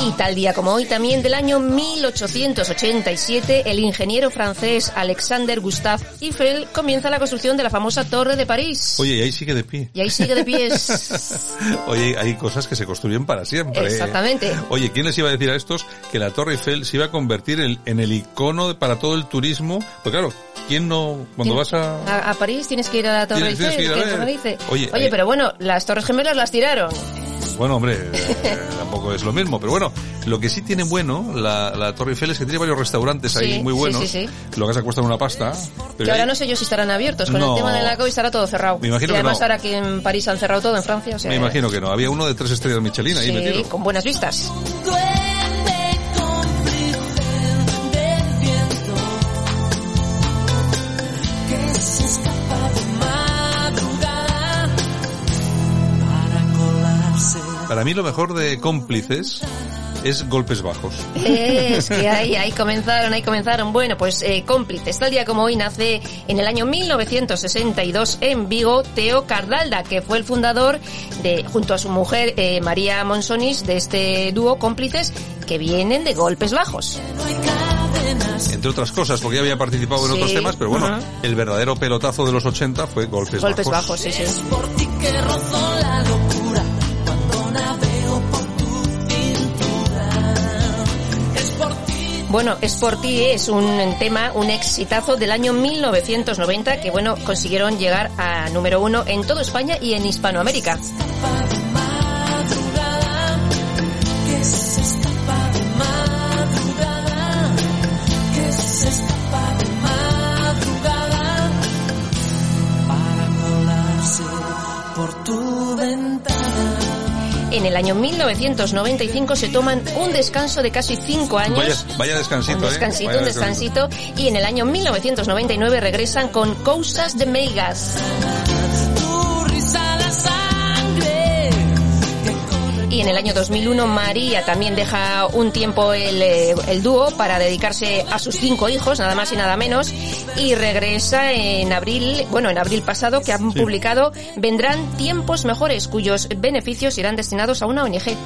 Y tal día como hoy, también del año mil ochocientos ochenta y siete, el ingeniero francés Alexander Gustave Eiffel comienza la construcción de la famosa Torre de París. Oye, y ahí sigue de pie. Y ahí sigue de pie. Oye, hay cosas que se construyen para siempre. Exactamente. Oye, ¿quién les iba a decir a estos que la Torre Eiffel se iba a convertir en, en el icono de, para todo el turismo? Pues claro, ¿quién no, cuando vas a... a... A París tienes que ir a la Torre Eiffel, que ¿qué me dice? Oye, Oye ahí... pero bueno, las Torres Gemelas las tiraron. Bueno, hombre, eh, tampoco es lo mismo, pero bueno, lo que sí tiene bueno la, la Torre Eiffel es que tiene varios restaurantes ahí sí, muy buenos, sí, sí, sí. lo que se cuestan una pasta. Pero que ahora ahí... no sé yo si estarán abiertos, con no. el tema de la COVID estará todo cerrado. Me imagino y además que no. ahora que en París han cerrado todo, en Francia, o sea... Me imagino que no, había uno de tres estrellas Michelin ahí sí, metido. Sí, con buenas vistas. Para mí lo mejor de Cómplices es Golpes Bajos. Es que ahí, ahí comenzaron, ahí comenzaron. Bueno, pues eh, Cómplices. Tal día como hoy nace en el año mil novecientos sesenta y dos en Vigo Teo Cardalda, que fue el fundador de, junto a su mujer eh, María Monsonis, de este dúo Cómplices, que vienen de Golpes Bajos. Entre otras cosas, porque ya había participado en sí. otros temas, pero bueno, uh-huh. el verdadero pelotazo de los ochenta fue Golpes, Golpes Bajos. Bajos, sí, sí. Bueno, Es por ti es un tema, un exitazo del año mil novecientos noventa que, bueno, consiguieron llegar a número uno en toda España y en Hispanoamérica. En el año mil novecientos noventa y cinco se toman un descanso de casi cinco años. Vaya, vaya descansito, un descansito, ¿eh? un descansito. Y en el año mil novecientos noventa y nueve regresan con Cousas de Meigas. Y en el año dos mil uno María también deja un tiempo el, el dúo para dedicarse a sus cinco hijos, nada más y nada menos, y regresa en abril, bueno, en abril pasado, que han sí. publicado Vendrán tiempos mejores, cuyos beneficios irán destinados a una O N G.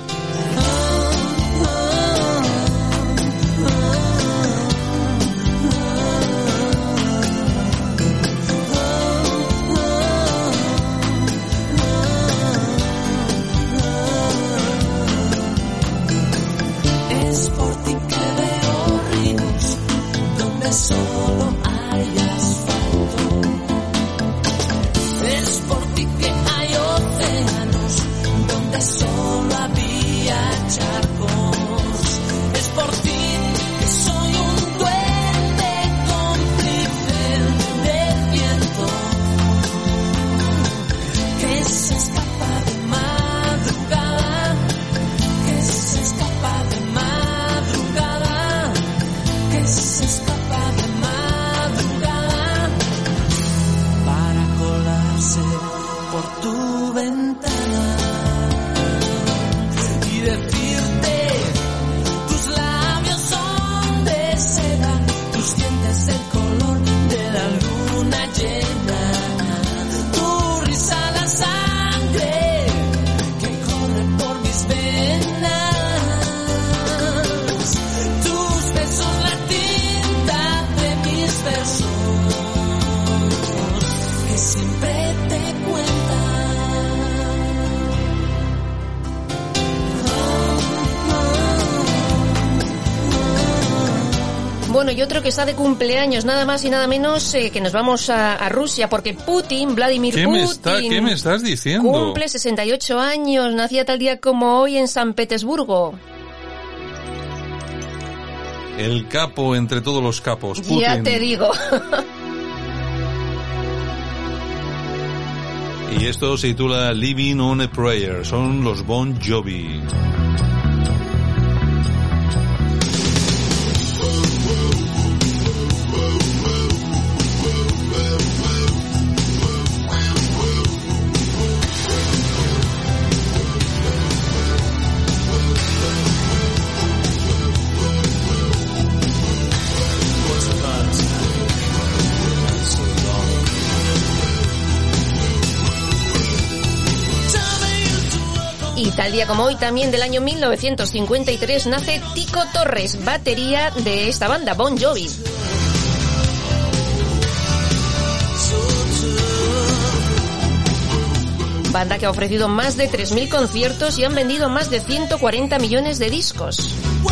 Bueno, y otro que está de cumpleaños, nada más y nada menos eh, que nos vamos a, a Rusia, porque Putin, Vladimir ¿Qué Putin... Me está, ¿Qué me estás diciendo? Cumple sesenta y ocho años, nacía tal día como hoy en San Petersburgo. El capo entre todos los capos, Putin. Ya te digo. Y esto se titula Living on a Prayer, son los Bon Jovi. Tal día como hoy, también del año mil novecientos cincuenta y tres, nace Tico Torres, batería de esta banda, Bon Jovi. Banda que ha ofrecido más de tres mil conciertos y han vendido más de ciento cuarenta millones de discos.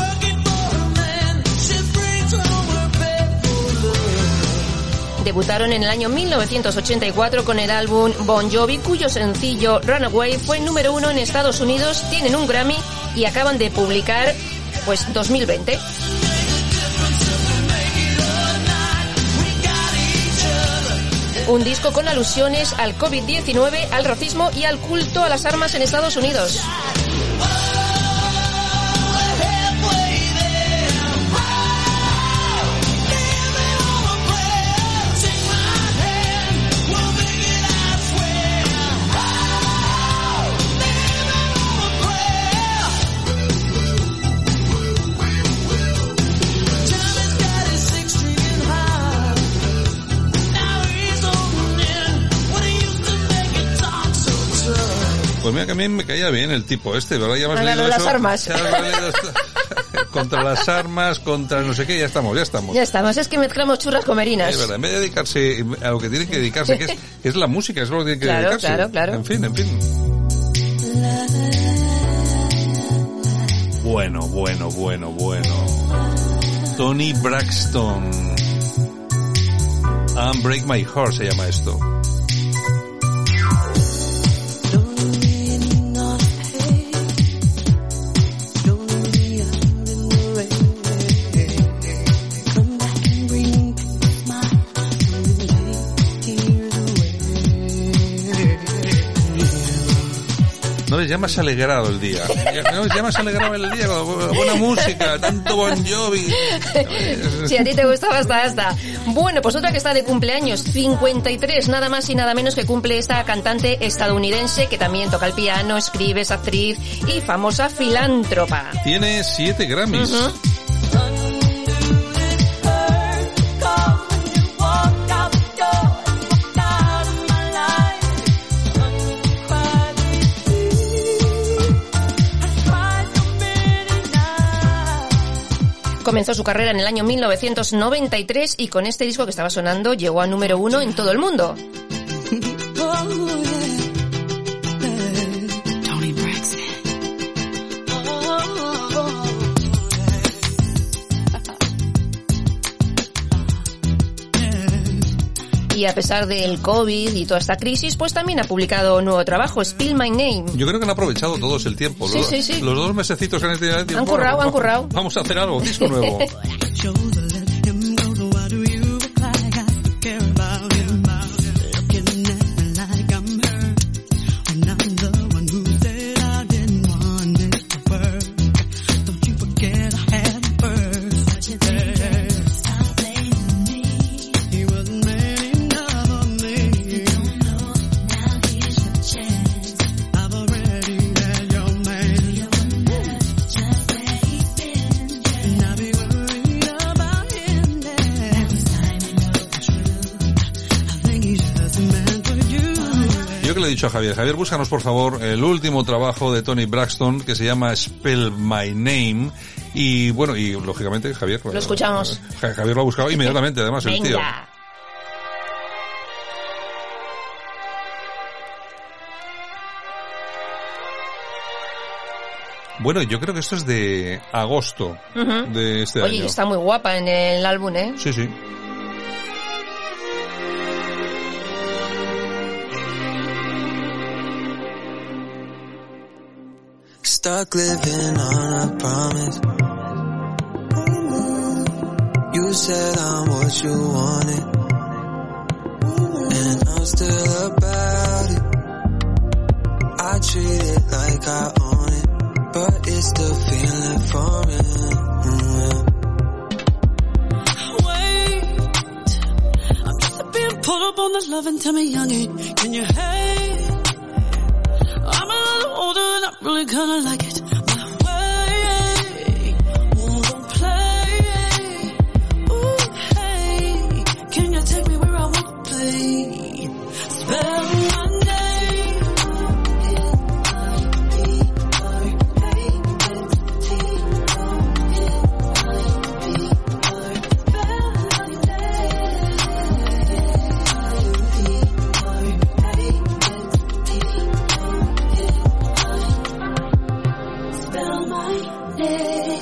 Debutaron en el año mil novecientos ochenta y cuatro con el álbum Bon Jovi, cuyo sencillo Runaway fue número uno en Estados Unidos, tienen un Grammy y acaban de publicar, pues, dos mil veinte. Un disco con alusiones al COVID diecinueve, al racismo y al culto a las armas en Estados Unidos. Pues mira que a mí me caía bien el tipo este, ¿verdad? Ya me has leído eso. Las armas. Contra las armas, contra no sé qué, ya estamos, ya estamos. Ya estamos, es que mezclamos churras con merinas. Es verdad, en vez de dedicarse a lo que tiene que dedicarse, que es, que es la música, es lo que tiene que claro, dedicarse. Claro, claro, En fin, en fin. Bueno, bueno, bueno, bueno. Toni Braxton. Unbreak My Heart se llama esto. No les llamas alegrado el día. No les llamas alegrado el día con buena música, tanto Bon Jovi. Si a ti te gustaba hasta esta. Bueno, pues otra que está de cumpleaños, cincuenta y tres, nada más y nada menos que cumple esta cantante estadounidense que también toca el piano, escribe, es actriz y famosa filántropa. Tiene siete Grammys. Uh-huh. Comenzó su carrera en el año mil novecientos noventa y tres y con este disco que estaba sonando llegó a número uno en todo el mundo. Y a pesar del COVID y toda esta crisis, pues también ha publicado un nuevo trabajo, Spill My Name. Yo creo que han aprovechado todos el tiempo. Sí, los, sí, sí. Los dos mesecitos que han tenido de tiempo. Han currado, han currado. Vamos a hacer algo, disco nuevo. Le he dicho a Javier, Javier, búscanos por favor el último trabajo de Toni Braxton que se llama Spell My Name y bueno, y lógicamente Javier lo escuchamos. Javier lo ha buscado inmediatamente además. Venga. El tío. Bueno, yo creo que esto es de agosto uh-huh. de este Oye, año. Oye, está muy guapa en el álbum, ¿eh? Sí, sí. Stuck living on a promise. You said I'm what you wanted, and I'm still about it. I treat it like I own it, but it's still feeling foreign. Mm-hmm. Wait, I'm just being pulled up on the love and tell me, youngin', can you hate? I'm a little older and I really kinda like it my way. Won't play. Ooh, hey, can you take me where I wanna play? Spell my name. my name.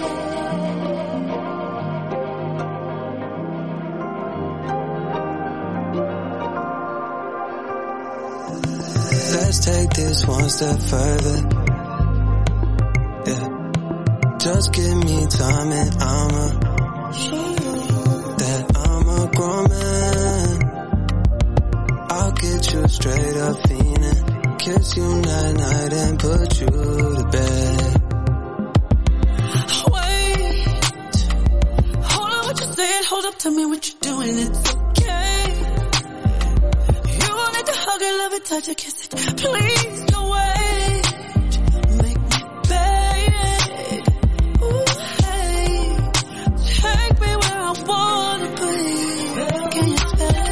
Let's take this one step further. Yeah. Just give me time and I'ma show you that I'm a grown man. I'll get you straight up feeling, kiss you night night and put you to bed. Wait, hold on what you said, hold up, tell me what you're doing, it's okay. You wanted to hug it, love it, touch it, kiss it, please don't wait. Make me beg, ooh hey, take me where I wanna be. Can you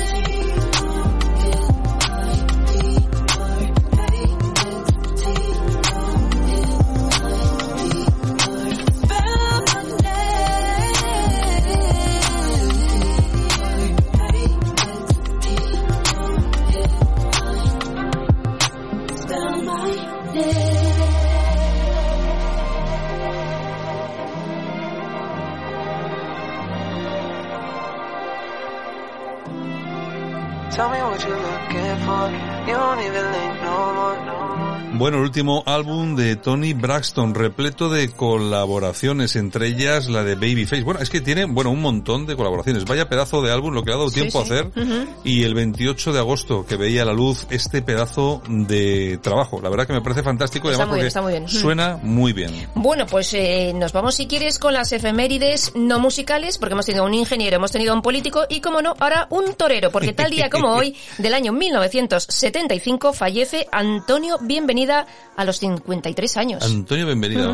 Tell me what you're looking for. You don't even think no more, no more. Bueno, el último álbum de Toni Braxton, repleto de colaboraciones, entre ellas la de Babyface. Bueno, es que tiene, bueno, un montón de colaboraciones. Vaya pedazo de álbum lo que le ha dado tiempo sí, sí. a hacer. Uh-huh. Y el veintiocho de agosto, que veía a la luz este pedazo de trabajo. La verdad que me parece fantástico. Está además muy bien, porque está muy bien. Suena muy bien. Bueno, pues eh, nos vamos, si quieres, con las efemérides no musicales, porque hemos tenido un ingeniero, hemos tenido un político y, como no, ahora un torero, porque tal día como hoy, del año mil novecientos setenta y cinco, fallece Antonio Bienvenida a los cincuenta y tres años. Antonio Bienvenida. Uh-huh.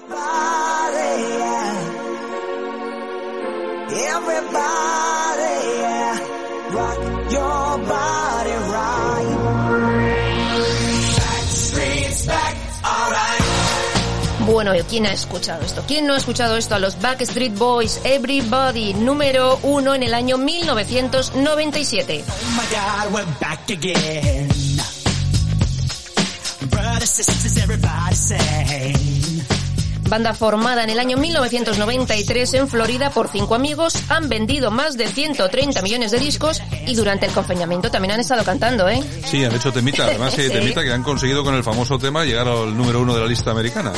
Bueno, ¿quién ha escuchado esto? ¿Quién no ha escuchado esto? A los Backstreet Boys, Everybody, número uno en el año mil novecientos noventa y siete. Oh my God, we're back again. Brothers, sisters, everybody say. Banda formada en el año mil novecientos noventa y tres en Florida por cinco amigos, han vendido más de ciento treinta millones de discos y durante el confinamiento también han estado cantando, ¿eh? Sí, han hecho temita, además sí. temita que han conseguido con el famoso tema llegar al número uno de la lista americana.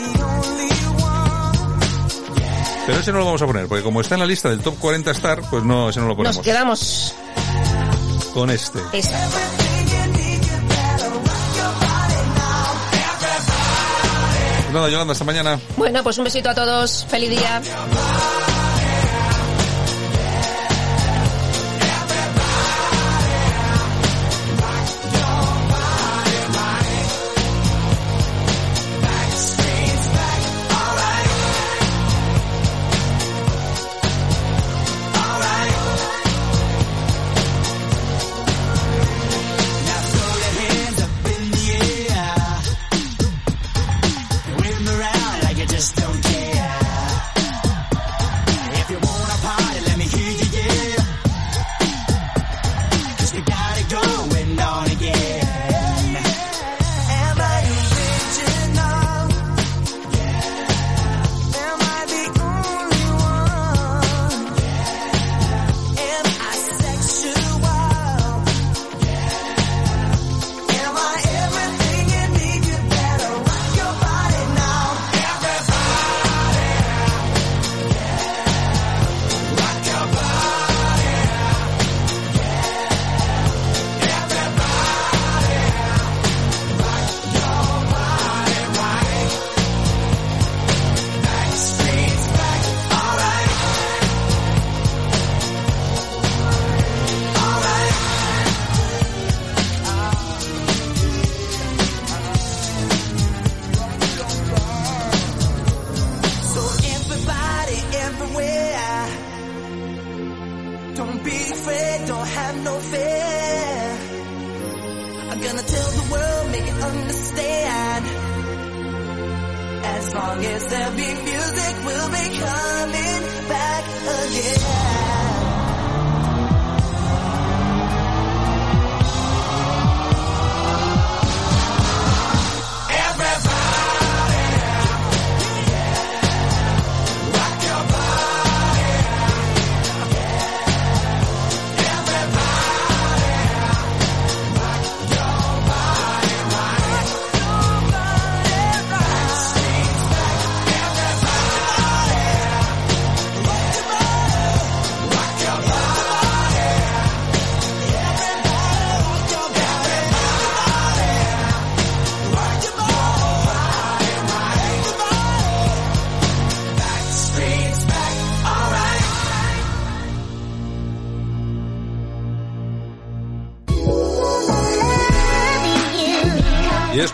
Pero ese no lo vamos a poner, porque como está en la lista del Top cuarenta Star, pues no, ese no lo ponemos. Nos quedamos con este. Exacto. Nada, Yolanda, hasta mañana. Bueno, pues un besito a todos. Feliz día.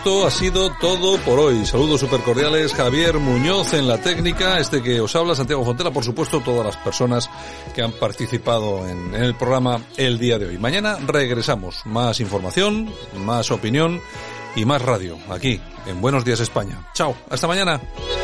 esto ha sido todo por hoy. Saludos súper cordiales, Javier Muñoz en la técnica, este que os habla, Santiago Fontela, por supuesto, todas las personas que han participado en, en el programa el día de hoy. Mañana regresamos. Más información, más opinión y más radio, aquí, en Buenos Días España. Chao, hasta mañana.